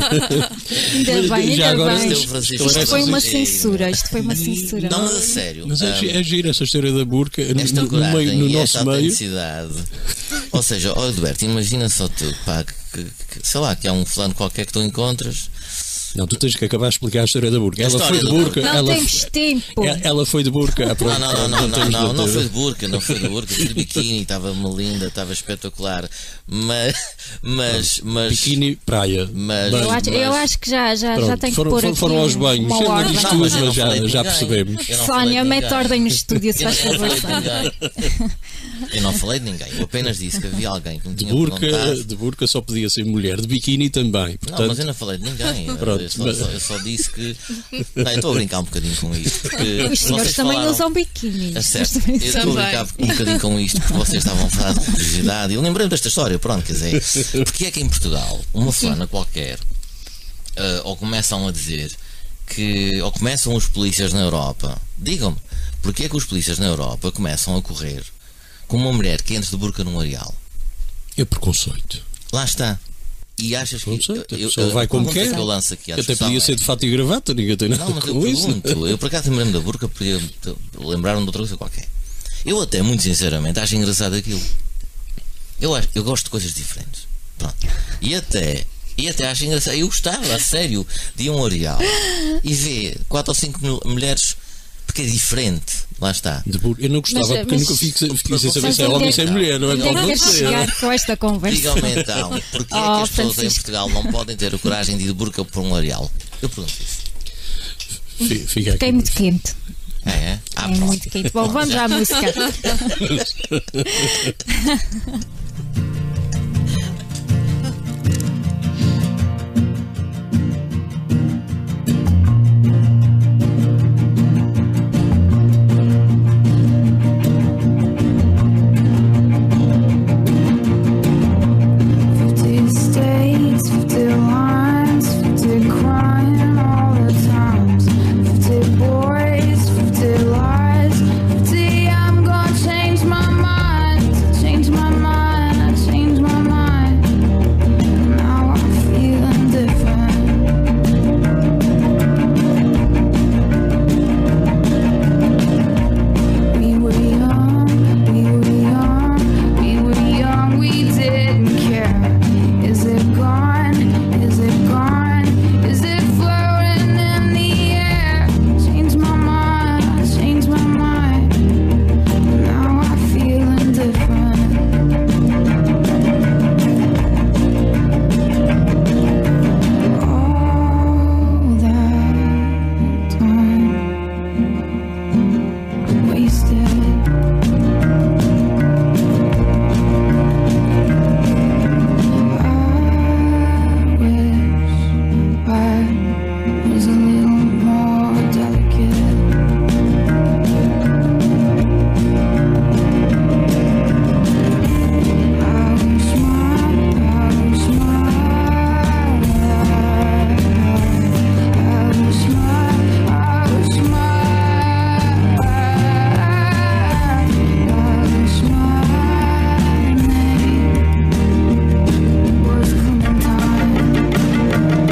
Ainda Mas bem, já ainda agora bem. Isto é o Francisco Isto foi uma Francisco. censura. Isto foi uma censura. Não, mas a sério. Mas é, ah, gi- é giro essa história da burca no, esta no, coragem meio, no e esta nosso meio. autenticidade. Ou seja, ó Eduardo, imagina só tu, pá, que, que- que- sei lá, que há um fulano qualquer que tu encontras. Não, tu tens que acabar de explicar a história da burca. A Ela história foi de da burca. Não ela, temos tempo. ela- ela foi de burca. Ah, pronto, Não, não, não, não, não, temos não, não de- foi de burca, não foi de burca, fui de biquíni, estava uma linda, estava espetacular. Mas, mas, mas. Biquíni, praia. Mas- Eu acho, eu mas- acho que já, já, Pronto, já tem que foram, pôr foram, aqui foram aos um- banhos. uma Eu não ordem. disse Não, tudo, mas eu não mas já, falei de já ninguém. percebemos. Eu não falei Sónia, de mete ninguém. ordem no estúdio, se Eu faz não favor. falei de Sónia. ninguém. Eu não falei de ninguém, eu apenas disse que havia alguém que me De tinha burca, perguntado. de burca só podia ser mulher, de biquíni também. Portanto, Não, mas eu não falei de ninguém. Pronto, eu, só, mas- só- eu só disse que. Não, eu estou a brincar um bocadinho com isto. Porque Os senhores vocês também falaram- usam biquíni. É certo, eu estou a Também. brincar um bocadinho com isto porque vocês estavam a falar de curiosidade. Eu lembrei-me desta história, pronto, quer dizer, porque é que em Portugal uma fulana qualquer ah, ou começam a dizer que, ou começam os polícias na Europa, digam-me, porque é que os polícias na Europa começam a correr com uma mulher que entra de burca num areal? é preconceito. Lá está. E achas que. Preconceito. A eu- pessoa eu- vai a como pergunta quer. que eu lanço aqui à Até discussão podia é- ser de fato e gravata, ninguém tem nada Não, mas eu com isso. pergunto, eu por acaso lembrei-me da burca porque lembraram de outra coisa qualquer. Eu até, muito sinceramente, acho engraçado aquilo. Eu, acho, eu gosto de coisas diferentes. Pronto. E até, e até acho engraçado. Eu gostava, a sério, de ir a um areal e ver quatro ou cinco mil- mulheres, porque é diferente. Lá está. De bur- Eu não gostava, Mas- porque eu mas- nunca fiquei, fiquei sem saber Mas se é onde homem é ou se é que- mulher, não é? Onde é Pode que não queres ser. chegar com esta conversa? Digam-me então, porque é Oh, que as pessoas em Francisco. Portugal não podem ter a coragem de ir de burca por um areal? Eu pergunto isso. Fi- Fica Porque é aqui. muito quente. É, é? Ah, É pronto. muito quente. Bom, vamos à música. Fifty states, fifty lines, fifty crying all the times. Fifty boys, fifty lies, fifty I'm gonna change my mind, change my mind, change my mind. Now I'm feeling different. We were young, we were young, we were young, we didn't care. Is it gone? Is it gone? Is it floating in the air? Change my mind, change my mind. Now I'm feeling different. All that time wasted. I wish I was a little more delicate. I wish my, I wish my, I wish my, I wish my, I wish my name was Clementine.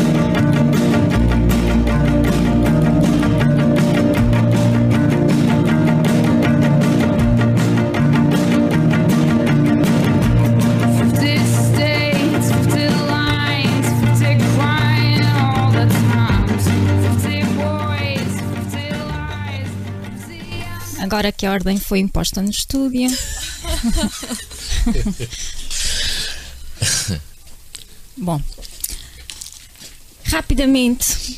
Fifty states, fifty lines, fifty crying all the times. Fifty boys, fifty lies, fifty Agora que a ordem foi imposta no estúdio. Bom, rapidamente,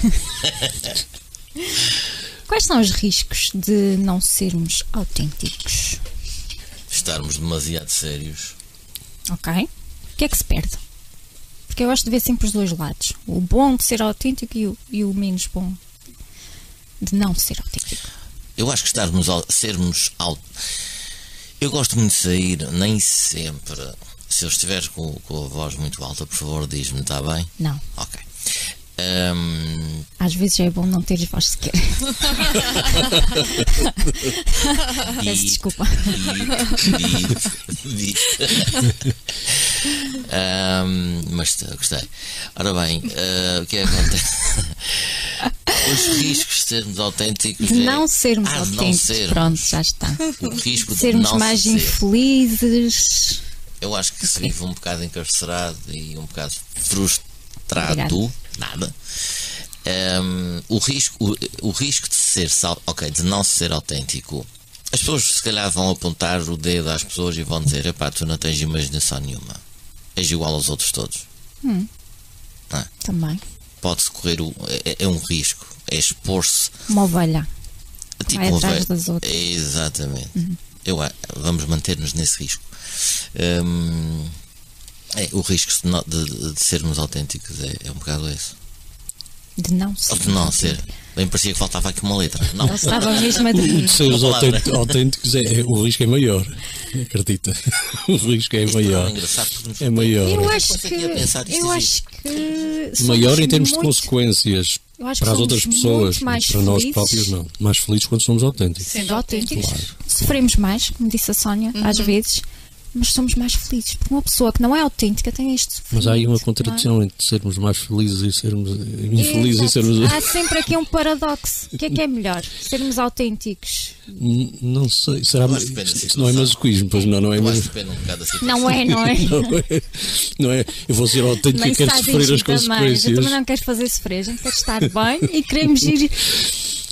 quais são os riscos de não sermos autênticos? Estarmos demasiado sérios. Ok? O que é que se perde? Porque eu gosto de ver sempre os dois lados: o bom de ser autêntico e o, e o menos bom de não ser autêntico. Eu acho que estarmos ao, sermos ao, eu gosto muito de sair, nem sempre. Se eu estiver com, com a voz muito alta, por favor, diz-me, está bem? Não. Ok. Ahm, Às vezes é bom não teres voz sequer. Peço e- desculpa. e- e- e- Ahm, mas tá, gostei. Ora bem, ah, o que é que acontece? Os riscos de sermos autênticos. De é- não sermos Ah, de não autênticos. sermos. Pronto, já está. O risco de Sermos não mais ser. infelizes. Eu acho que se vive um bocado encarcerado e um bocado frustrado, Obrigada. nada. Ehm, o, risco, o, o risco de ser sal- ok, de não ser autêntico, as pessoas se calhar vão apontar o dedo às pessoas e vão dizer: epá, tu não tens imaginação nenhuma, és igual aos outros todos. Também. Pode-se correr, o, é, é um risco, é expor-se Uma ovelha. tipo Vai um atrás velho- das outras. Exatamente. Eu, a- vamos manter-nos nesse risco. Hum, é, o risco de, no- de- de sermos autênticos é, é um bocado esse. De não ser. Ou de não ser. Bem, parecia que faltava aqui uma letra. Não. Ele estava mesmo a O de dizer. ser os Uma palavra. autênticos, autênticos é, é- o risco é maior. Acredita. O risco é Isto não maior. é engraçado porque nos- É maior. Eu Eu acho pensei que. que ia pensar isto Eu existe. acho que. somos Maior em termos de muito- consequências Eu acho que para as somos outras pessoas, muito mais para nós felizes. próprios não. Mais felizes quando somos autênticos. Sendo Sendo autênticos. autênticos. Sofremos mais, como disse a Sónia, às vezes, mas somos mais felizes. Porque uma pessoa que não é autêntica tem este sofrimento. Mas há aí uma não é? contradição entre sermos mais felizes e sermos infelizes e Exato. sermos. Há sempre aqui um paradoxo. O que é que é melhor? Sermos autênticos? N- Não sei. Será Eu acho que depende da Isto não é situação. masoquismo, pois não, não é Eu acho mas- que depende um bocado da situação. Não é, não é? Não é, não é. Eu vou ser autêntico Nem e quero sofrer sadismo as também. Eu consequências. também não quero fazer sofrer. A gente quer estar bem e queremos ir.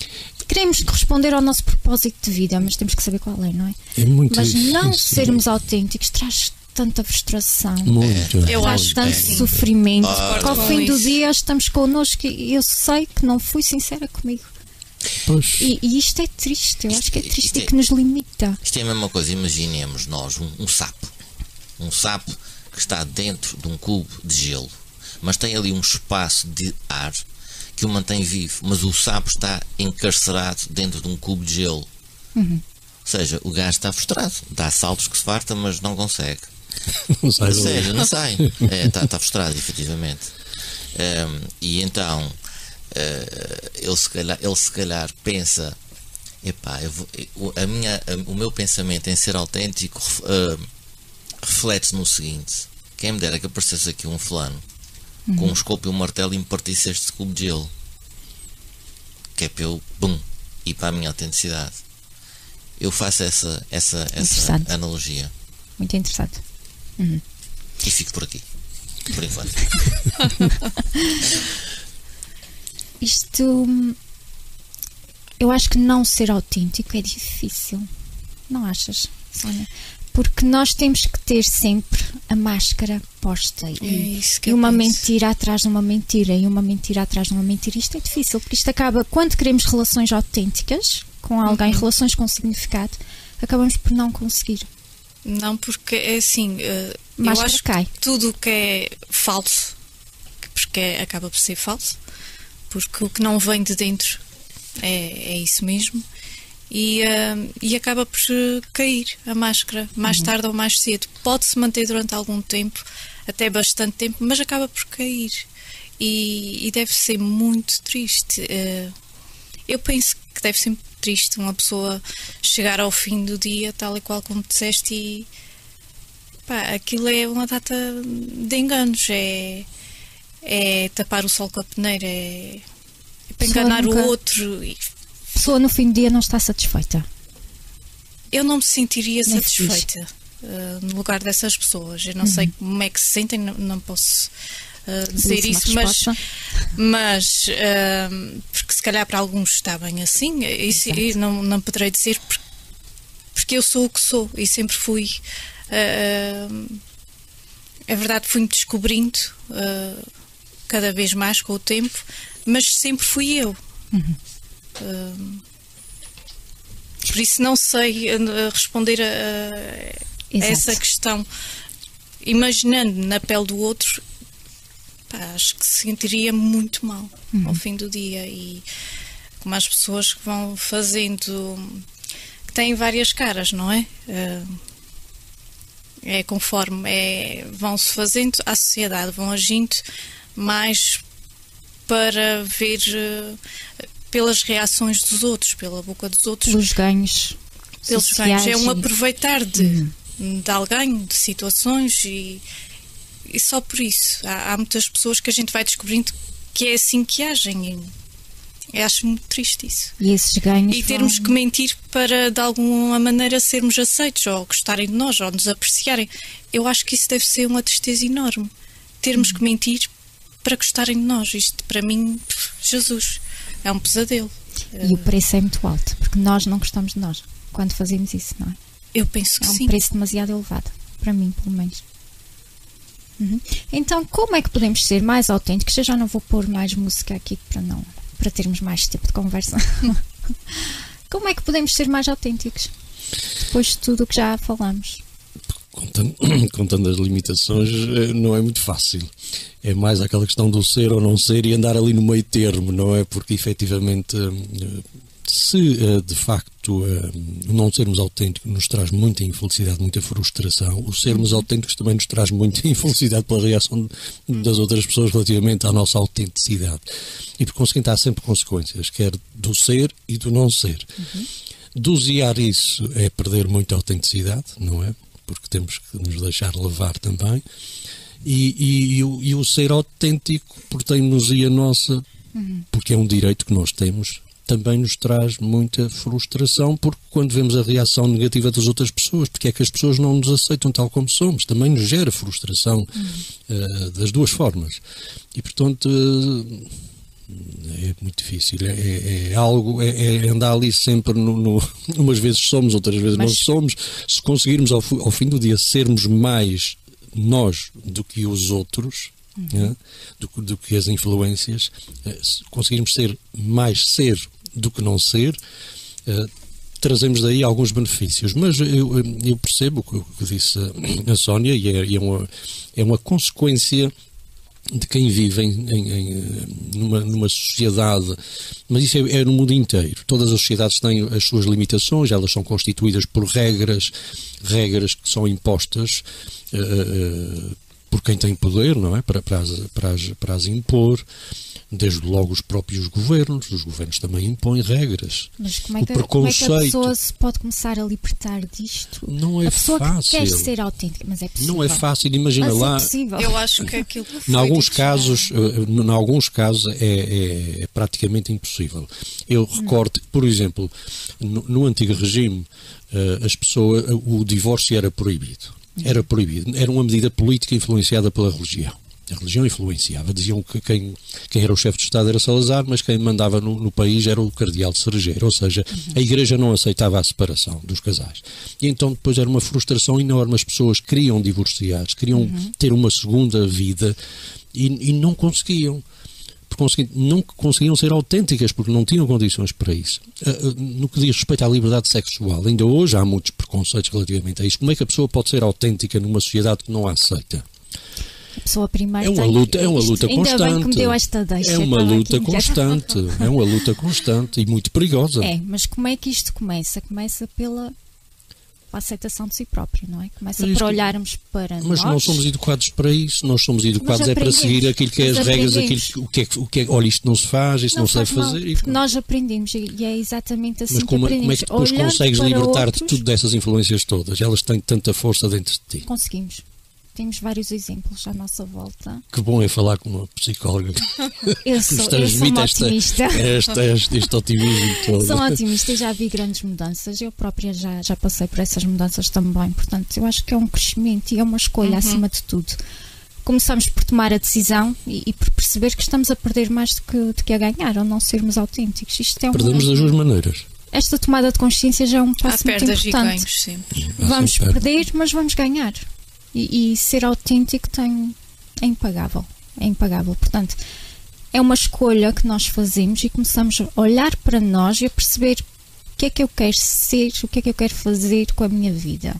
queremos corresponder ao nosso propósito de vida, mas temos que saber qual é, não é? É muito Mas difícil. não sermos autênticos traz tanta frustração, Muito. Eu traz acho tanto que- sofrimento, Ora, porque ao com fim do isso. dia estamos connosco e eu sei que não fui sincera comigo. Pois, E, e isto é triste, eu acho que é triste Isto é- e que nos limita. Isto é a mesma coisa, imaginemos nós um, um sapo. Um sapo que está dentro de um cubo de gelo, mas tem ali um espaço de ar que o mantém vivo, mas o sapo está encarcerado dentro de um cubo de gelo. Uhum. Ou seja, o gajo está frustrado, dá saltos que se farta, mas não consegue. não sai A dali. sério, não sai. É, está, está frustrado, efetivamente. Ehm, e então eh, ele, se calhar, ele se calhar pensa: epá, eu vou- eu- a minha, a- o meu pensamento em ser autêntico ref- eh, reflete-se no seguinte: quem me dera que aparecesse aqui um fulano com um escopo e um martelo e me partisse este cubo de gelo, que é para eu, bum, ir para a minha autenticidade. Eu faço essa, essa, essa Interessante. analogia Muito interessante. e fico por aqui, por enquanto. Isto, hum, eu acho que não ser autêntico é difícil. Não achas, Sónia? Porque nós temos que ter sempre a máscara posta É e, isso que e eu uma penso. mentira atrás de uma mentira e uma mentira atrás de uma mentira. Isto é difícil, porque isto acaba, quando queremos relações autênticas com alguém, Uhum. relações com significado, acabamos por não conseguir. Não, porque é assim, eh, eu Máscara acho cai. que tudo o que é falso, porque é- acaba por ser falso, porque o que não vem de dentro é, é isso mesmo, e, eh, e acaba por eh, cair a máscara, mais tarde ou mais cedo. Pode-se manter durante algum tempo, até bastante tempo, mas acaba por cair. E, e deve ser muito triste. Eh, eu penso que deve ser muito triste uma pessoa chegar ao fim do dia, tal e qual como disseste, e pá, aquilo é uma data de enganos, é, é tapar o sol com a peneira, é, é para Pessoa enganar nunca- o outro. E A pessoa no fim do dia não está satisfeita. eu não me sentiria Nem satisfeita uh, no lugar dessas pessoas. Eu não sei como é que se sentem, não, não posso uh, dizer Belíssima isso, mas, resposta. mas uh, porque se calhar para alguns está bem assim, isso Exato. eu não, não poderei dizer porque, porque eu sou o que sou e sempre fui. Uh, é verdade, fui-me descobrindo uh, cada vez mais com o tempo, mas sempre fui eu. Uh, por isso não sei uh, responder a, a Exato. essa questão. Imaginando na pele do outro, pá, acho que se sentiria muito mal Uhum. ao fim do dia. E como as pessoas que vão fazendo, que têm várias caras, não é? Uh, é conforme é, vão-se fazendo à sociedade, vão agindo mais para ver uh, pelas reações dos outros, pela boca dos outros, Pelos ganhos pelos sociais ganhos. É um e- aproveitar de, de alguém, de situações, e, e só por isso. Há, há muitas pessoas que a gente vai descobrindo que é assim que agem. E eu acho muito triste isso. e esses ganhos E termos vão- que mentir para de alguma maneira sermos aceitos ou gostarem de nós ou nos apreciarem. Eu acho que isso deve ser uma tristeza enorme. Termos que mentir para gostarem de nós. Isto para mim, pff, Jesus, é um pesadelo. E o preço é muito alto, porque nós não gostamos de nós quando fazemos isso, não é? Eu penso que É um sim. preço demasiado elevado, para mim, pelo menos. Uhum. Então, como é que podemos ser mais autênticos? Eu já não vou pôr mais música aqui para não, para termos mais tempo de conversa. Como é que podemos ser mais autênticos? Depois de tudo o que já falamos. Contando, contando as limitações, eh, não é muito fácil. É mais aquela questão do ser ou não ser e andar ali no meio termo, não é? Porque efetivamente, eh, se eh, de facto eh, não sermos autênticos nos traz muita infelicidade, muita frustração, o sermos autênticos também nos traz muita infelicidade pela reação das outras pessoas relativamente à nossa autenticidade. E por conseguinte há sempre consequências, quer do ser e do não ser. Dosear isso é perder muita autenticidade, não é? Porque temos que nos deixar levar também. E, e, e, o, e o ser autêntico, por teimosia nossa, porque é um direito que nós temos, também nos traz muita frustração, porque quando vemos a reação negativa das outras pessoas, porque é que as pessoas não nos aceitam tal como somos, também nos gera frustração uh, das duas formas. E portanto, uh, É muito difícil. É, é, é algo, é, é andar ali sempre no, no. Umas vezes somos, outras vezes Mas- não somos. Se conseguirmos ao, fi- ao fim do dia sermos mais nós do que os outros, né, do, que- do que as influências, eh, se conseguirmos ser mais ser do que não ser, eh, trazemos daí alguns benefícios. Mas eu, eu percebo o que, o que disse a Sónia, e é, e é, uma, é uma consequência de quem vive em, em- em, numa, numa sociedade, mas isso é, é no mundo inteiro. Todas as sociedades têm as suas limitações, elas são constituídas por regras, regras que são impostas eh, eh, por quem tem poder, não é? Para, para, as, para, as, para as impor. Desde logo os próprios governos, os governos também impõem regras. Mas como é, O que, como é que a preconceito. pessoa se pode começar a libertar disto? Não é a pessoa fácil. que quer ser autêntica, mas é possível. Não é fácil, imagina Mas lá. é possível. Eu acho que aquilo que Em foi alguns dito já- casos, eh, em alguns casos é, é- é praticamente impossível. Eu recordo que, por exemplo, no, no antigo regime, eh, as pessoas, o divórcio era proibido. Era proibido. Era uma medida política influenciada pela religião. A religião influenciava. Diziam que quem, quem era o chefe de Estado era Salazar, mas quem mandava no, no país era o cardeal de Cerejeiro. Ou seja, a Igreja não aceitava a separação dos casais. E então depois era uma frustração enorme. As pessoas queriam divorciar-se, queriam ter uma segunda vida e, e não conseguiam. Por conseguinte, não conseguiam ser autênticas porque não tinham condições para isso. Ah, ah, No que diz respeito à liberdade sexual, ainda hoje há muitos preconceitos relativamente a isso. Como é que a pessoa pode ser autêntica numa sociedade que não a aceita? A pessoa primeiro É uma tem- luta, é uma isto- luta ainda constante. bem que me deu esta deixa. É uma estava luta aqui- constante. É uma luta constante e muito perigosa. É, mas como é que isto começa? Começa pela, pela aceitação de si próprio, não é? Começa Mas isto- por olharmos para Mas nós. não somos educados para isso. Nós somos educados é para aprendemos. seguir aquilo que é Nós as regras, aquilo aprendemos. que, o que é, que- o que é, olha, isto não se faz, isto não, se deve faz mal, fazer. E, porque nós aprendemos e e é exatamente assim mas que como, aprendemos. como é que depois Olhando consegues para libertar-te outros, tudo dessas influências todas? Elas têm tanta força dentro de ti. Conseguimos. Temos vários exemplos à nossa volta. Que bom é falar com uma psicóloga Eu que sou, nos eu sou transmite uma esta, otimista. esta, este, este otimismo todo. Sou otimista e já vi grandes mudanças. Eu própria já, já passei por essas mudanças também. Portanto, eu acho que é um crescimento e é uma escolha acima de tudo. Começamos por tomar a decisão e, e por perceber que estamos a perder mais do que, do que a ganhar, ou não sermos autênticos. Isto é uma- Perdemos das duas maneiras. Esta tomada de consciência já é um Há passo muito perdas e importante. ganhos sempre. Vamos Há sempre perder, mas vamos ganhar. E, e ser autêntico tem, é impagável. É impagável. Portanto, é uma escolha que nós fazemos e começamos a olhar para nós e a perceber o que é que eu quero ser, o que é que eu quero fazer com a minha vida.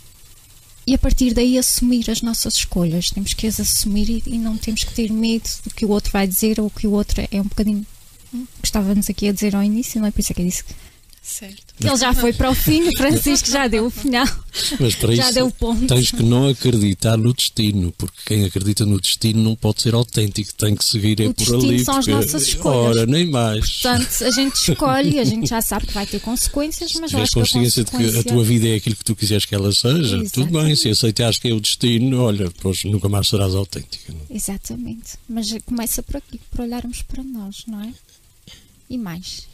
E a partir daí assumir as nossas escolhas. Temos que as assumir e, e não temos que ter medo do que o outro vai dizer ou que o outro é um bocadinho. hum, que estávamos aqui a dizer ao início, não é? Por isso é que eu disse que Certo. ele já foi para o fim, o Francisco já deu o final. Mas para Já isso deu o ponto. tens que não acreditar no destino, porque quem acredita no destino não pode ser autêntico, tem que seguir é O por destino ali. são as porque- nossas escolhas. Ora, nem mais. Portanto, a gente escolhe, a gente já sabe que vai ter consequências, mas Se eu tiveres acho que a consciência de que a consequência... tua vida é aquilo que tu quiseres que ela seja, tudo bem. Exatamente. Se aceitares que é o destino, olha, pois nunca mais serás autêntica. não é? Exatamente. Mas começa por aqui, por olharmos para nós, não é? E mais.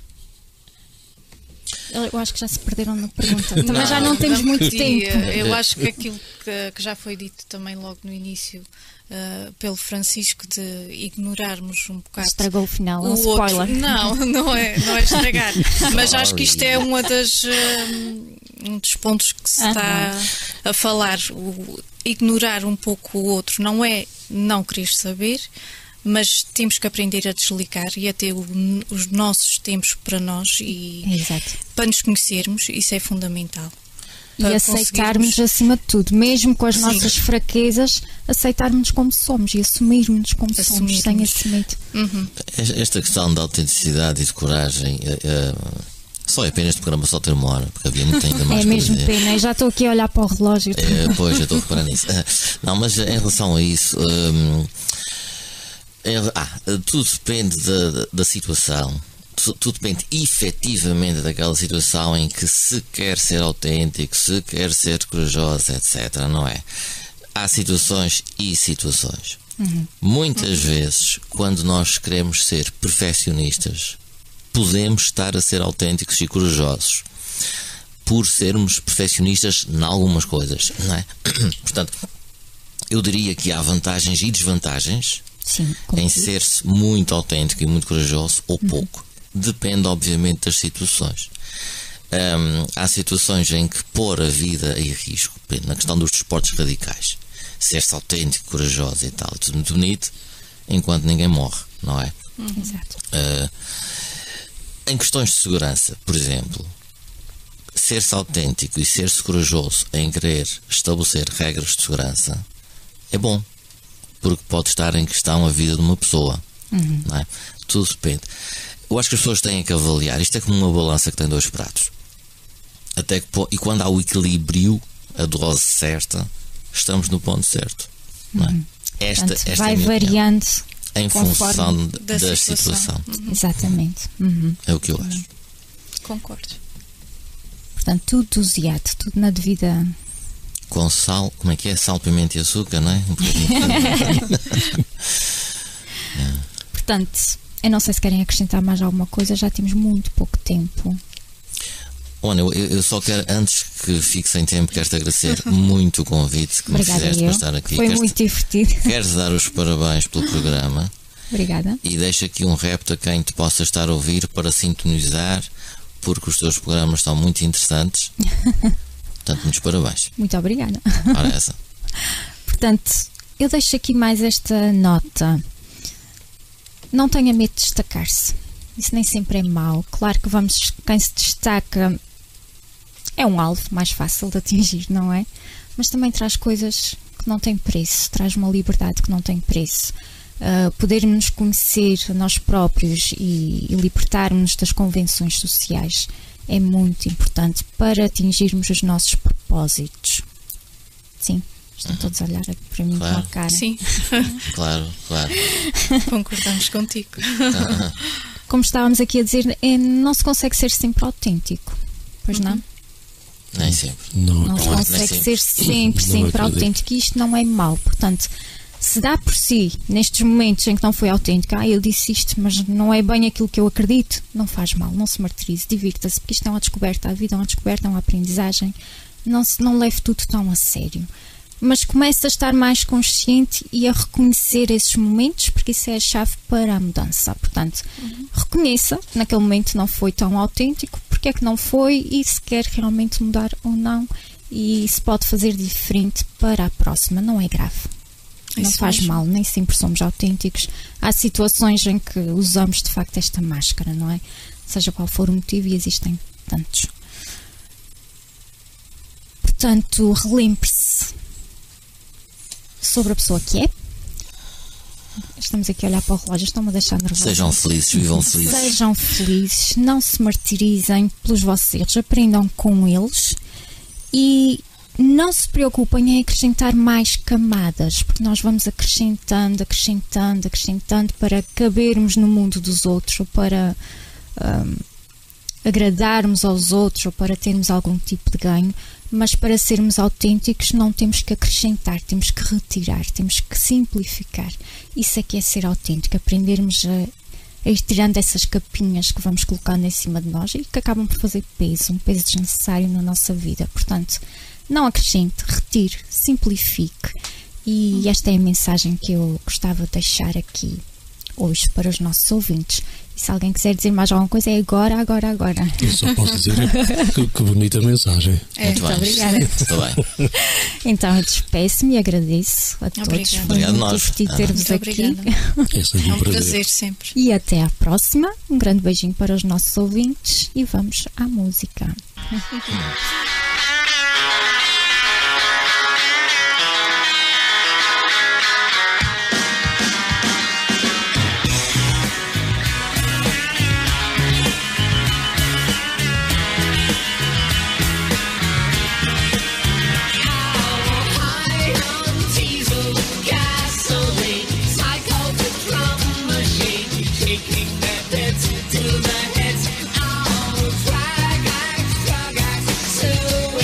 Eu eu acho que já se perderam na pergunta. Também já não temos muito E, tempo. eh, Eu acho que aquilo que, que já foi dito também logo no início eh, pelo Francisco de ignorarmos um bocado Estragou o final, é um o outro. spoiler. Não, não é, não é estragar. Mas acho que isto é uma das, eh, um dos pontos que se está a falar. O ignorar um pouco o outro não é não querer saber, mas temos que aprender a desligar e a ter o- os nossos tempos para nós e Exato. para nos conhecermos. Isso é fundamental. E Para aceitarmos conseguirmos- acima de tudo, mesmo com as Sim. nossas fraquezas, aceitarmos como somos e assumirmos como somos, sem Assumirmos. esse medo. Uhum. Esta questão da autenticidade e de coragem, eh, eh, só é pena este programa só ter uma hora, porque havia muito ainda mais É para mesmo dizer. pena, eu já estou aqui a olhar para o relógio. É, pois, eu estou a reparar nisso. Ah, Não, mas em relação a isso, hum, em- ah, tudo depende da, da- da situação. Tu- Tudo depende efetivamente daquela situação em que se quer ser autêntico, se quer ser corajoso, etcétera. Não é? Há situações e situações. Muitas vezes, quando nós queremos ser perfeccionistas, podemos estar a ser autênticos e corajosos por sermos perfeccionistas em algumas coisas, não é? Portanto, eu diria que há vantagens e desvantagens Sim, como em tudo. ser-se muito autêntico e muito corajoso ou pouco. Depende, obviamente, das situações. Hum, há situações em que pôr a vida em risco, na questão dos desportos radicais, ser-se autêntico, corajoso e tal, tudo muito bonito, enquanto ninguém morre, não é? Exato. Uh, em questões de segurança, por exemplo, ser-se autêntico e ser-se corajoso em querer estabelecer regras de segurança é bom, porque pode estar em questão a vida de uma pessoa, não é? Tudo depende. Eu acho que as pessoas têm que avaliar, isto é como uma balança que tem dois pratos, até que, e quando há o equilíbrio, a dose certa, estamos no ponto certo, não é? Esta, Portanto, esta vai é a minha opinião. variando Em conforme função da da, situação. situação. exatamente. Uhum. É o que eu acho. Concordo. Portanto, tudo doseado, tudo na devida. Com sal, como é que é? Sal, pimenta e açúcar, não é? Um bocadinho. Portanto, eu não sei se querem acrescentar mais alguma coisa, já temos muito pouco tempo. Olha, eu, eu só quero, antes que fique sem tempo, quero-te agradecer muito o convite que me Obrigada, fizeste eu. para estar aqui. Foi Queres- muito divertido. Queres dar os parabéns pelo programa Obrigada. e deixa aqui um repto a quem te possa estar a ouvir para sintonizar, porque os teus programas são muito interessantes. Portanto, muitos parabéns. Muito obrigada. Ora, essa. Portanto, eu deixo aqui mais esta nota. Não tenha medo de destacar-se. Isso nem sempre é mau. Claro que vamos, quem se destaca é um alvo mais fácil de atingir, não é? Mas também traz coisas que não têm preço, traz uma liberdade que não tem preço. Uh, podermos conhecer a nós próprios e, e libertarmos das convenções sociais é muito importante para atingirmos os nossos propósitos. Sim, estão todos a olhar aqui para mim Claro. com a cara. Sim, Claro, claro. concordamos contigo. Como estávamos aqui a dizer, é, não se consegue ser sempre autêntico, pois não? Nem sempre. Não, Não se Claro, consegue nem ser sempre, Não sempre acredito. autêntico e isto não é mau. Portanto, se dá por si, nestes momentos em que não foi autêntico, ah, eu disse isto, mas não é bem aquilo que eu acredito, não faz mal, não se martirize, divirta-se, porque isto é uma descoberta, a vida é uma descoberta, é uma aprendizagem, não, se, não leve tudo tão a sério. Mas comece a estar mais consciente e a reconhecer esses momentos, porque isso é a chave para a mudança. Portanto, reconheça que naquele momento não foi tão autêntico, porque é que não foi e se quer realmente mudar ou não, e se pode fazer diferente para a próxima, não é grave. Não Isso faz mesmo. mal, nem sempre somos autênticos. Há situações em que usamos de facto esta máscara, não é? Seja qual for o motivo, e existem tantos. Portanto, relembre-se sobre a pessoa que é. Estamos aqui a olhar para o relógio, estão-me a deixar nervosa. Sejam felizes, vivam felizes. Sejam felizes, não se martirizem pelos vossos erros, aprendam com eles e não se preocupem em acrescentar mais camadas, porque nós vamos acrescentando, acrescentando, acrescentando para cabermos no mundo dos outros ou para hum, agradarmos aos outros ou para termos algum tipo de ganho, mas para sermos autênticos não temos que acrescentar, temos que retirar, temos que simplificar. Isso é que é ser autêntico, aprendermos a, a ir tirando essas capinhas que vamos colocando em cima de nós e que acabam por fazer peso, um peso desnecessário na nossa vida. Portanto, não acrescente, retire, simplifique. E esta é a mensagem que eu gostava de deixar aqui hoje para os nossos ouvintes. E se alguém quiser dizer mais alguma coisa, é agora, agora, agora. Eu só posso dizer que, que bonita mensagem. É, Muito muito bem. obrigada. Muito bem. Então eu despeço-me e agradeço a todos. Obrigada. Foi Obrigado muito nós. divertido Ana. ter-vos Muito aqui. obrigada. É sempre É um um prazer. prazer sempre. E até à próxima. Um grande beijinho para os nossos ouvintes e vamos à música. To the heads, all drag, drag, drag,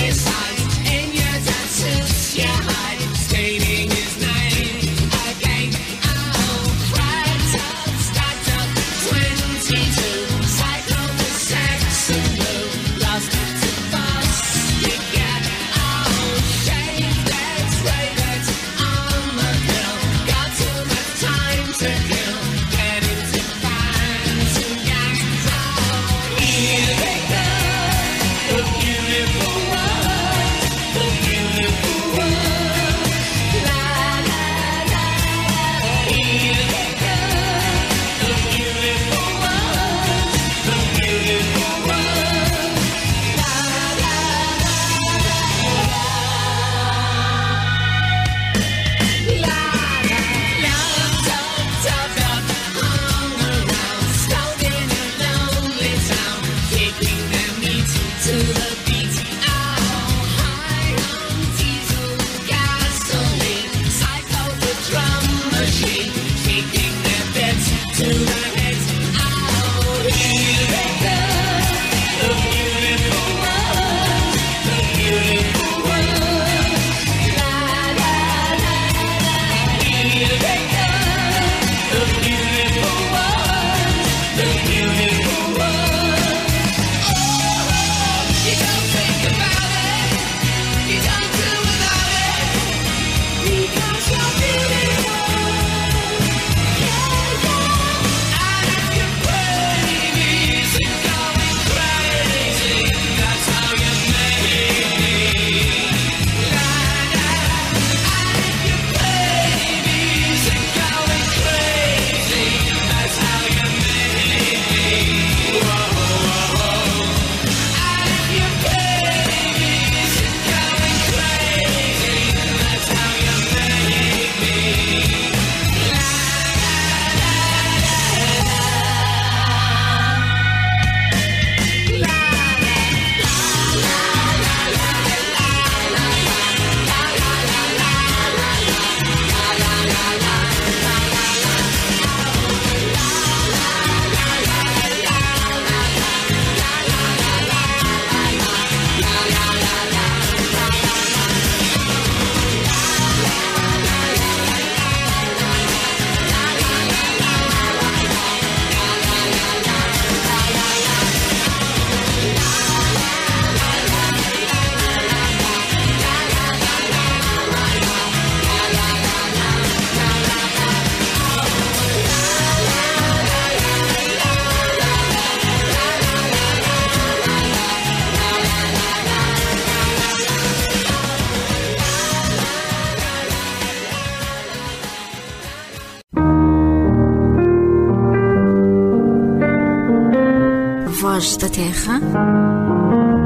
Voz da Terra,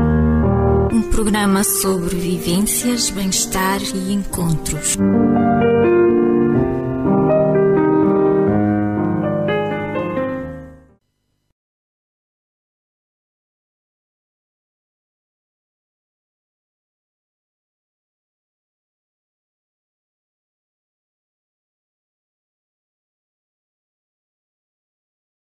um programa sobre vivências, bem-estar e encontros.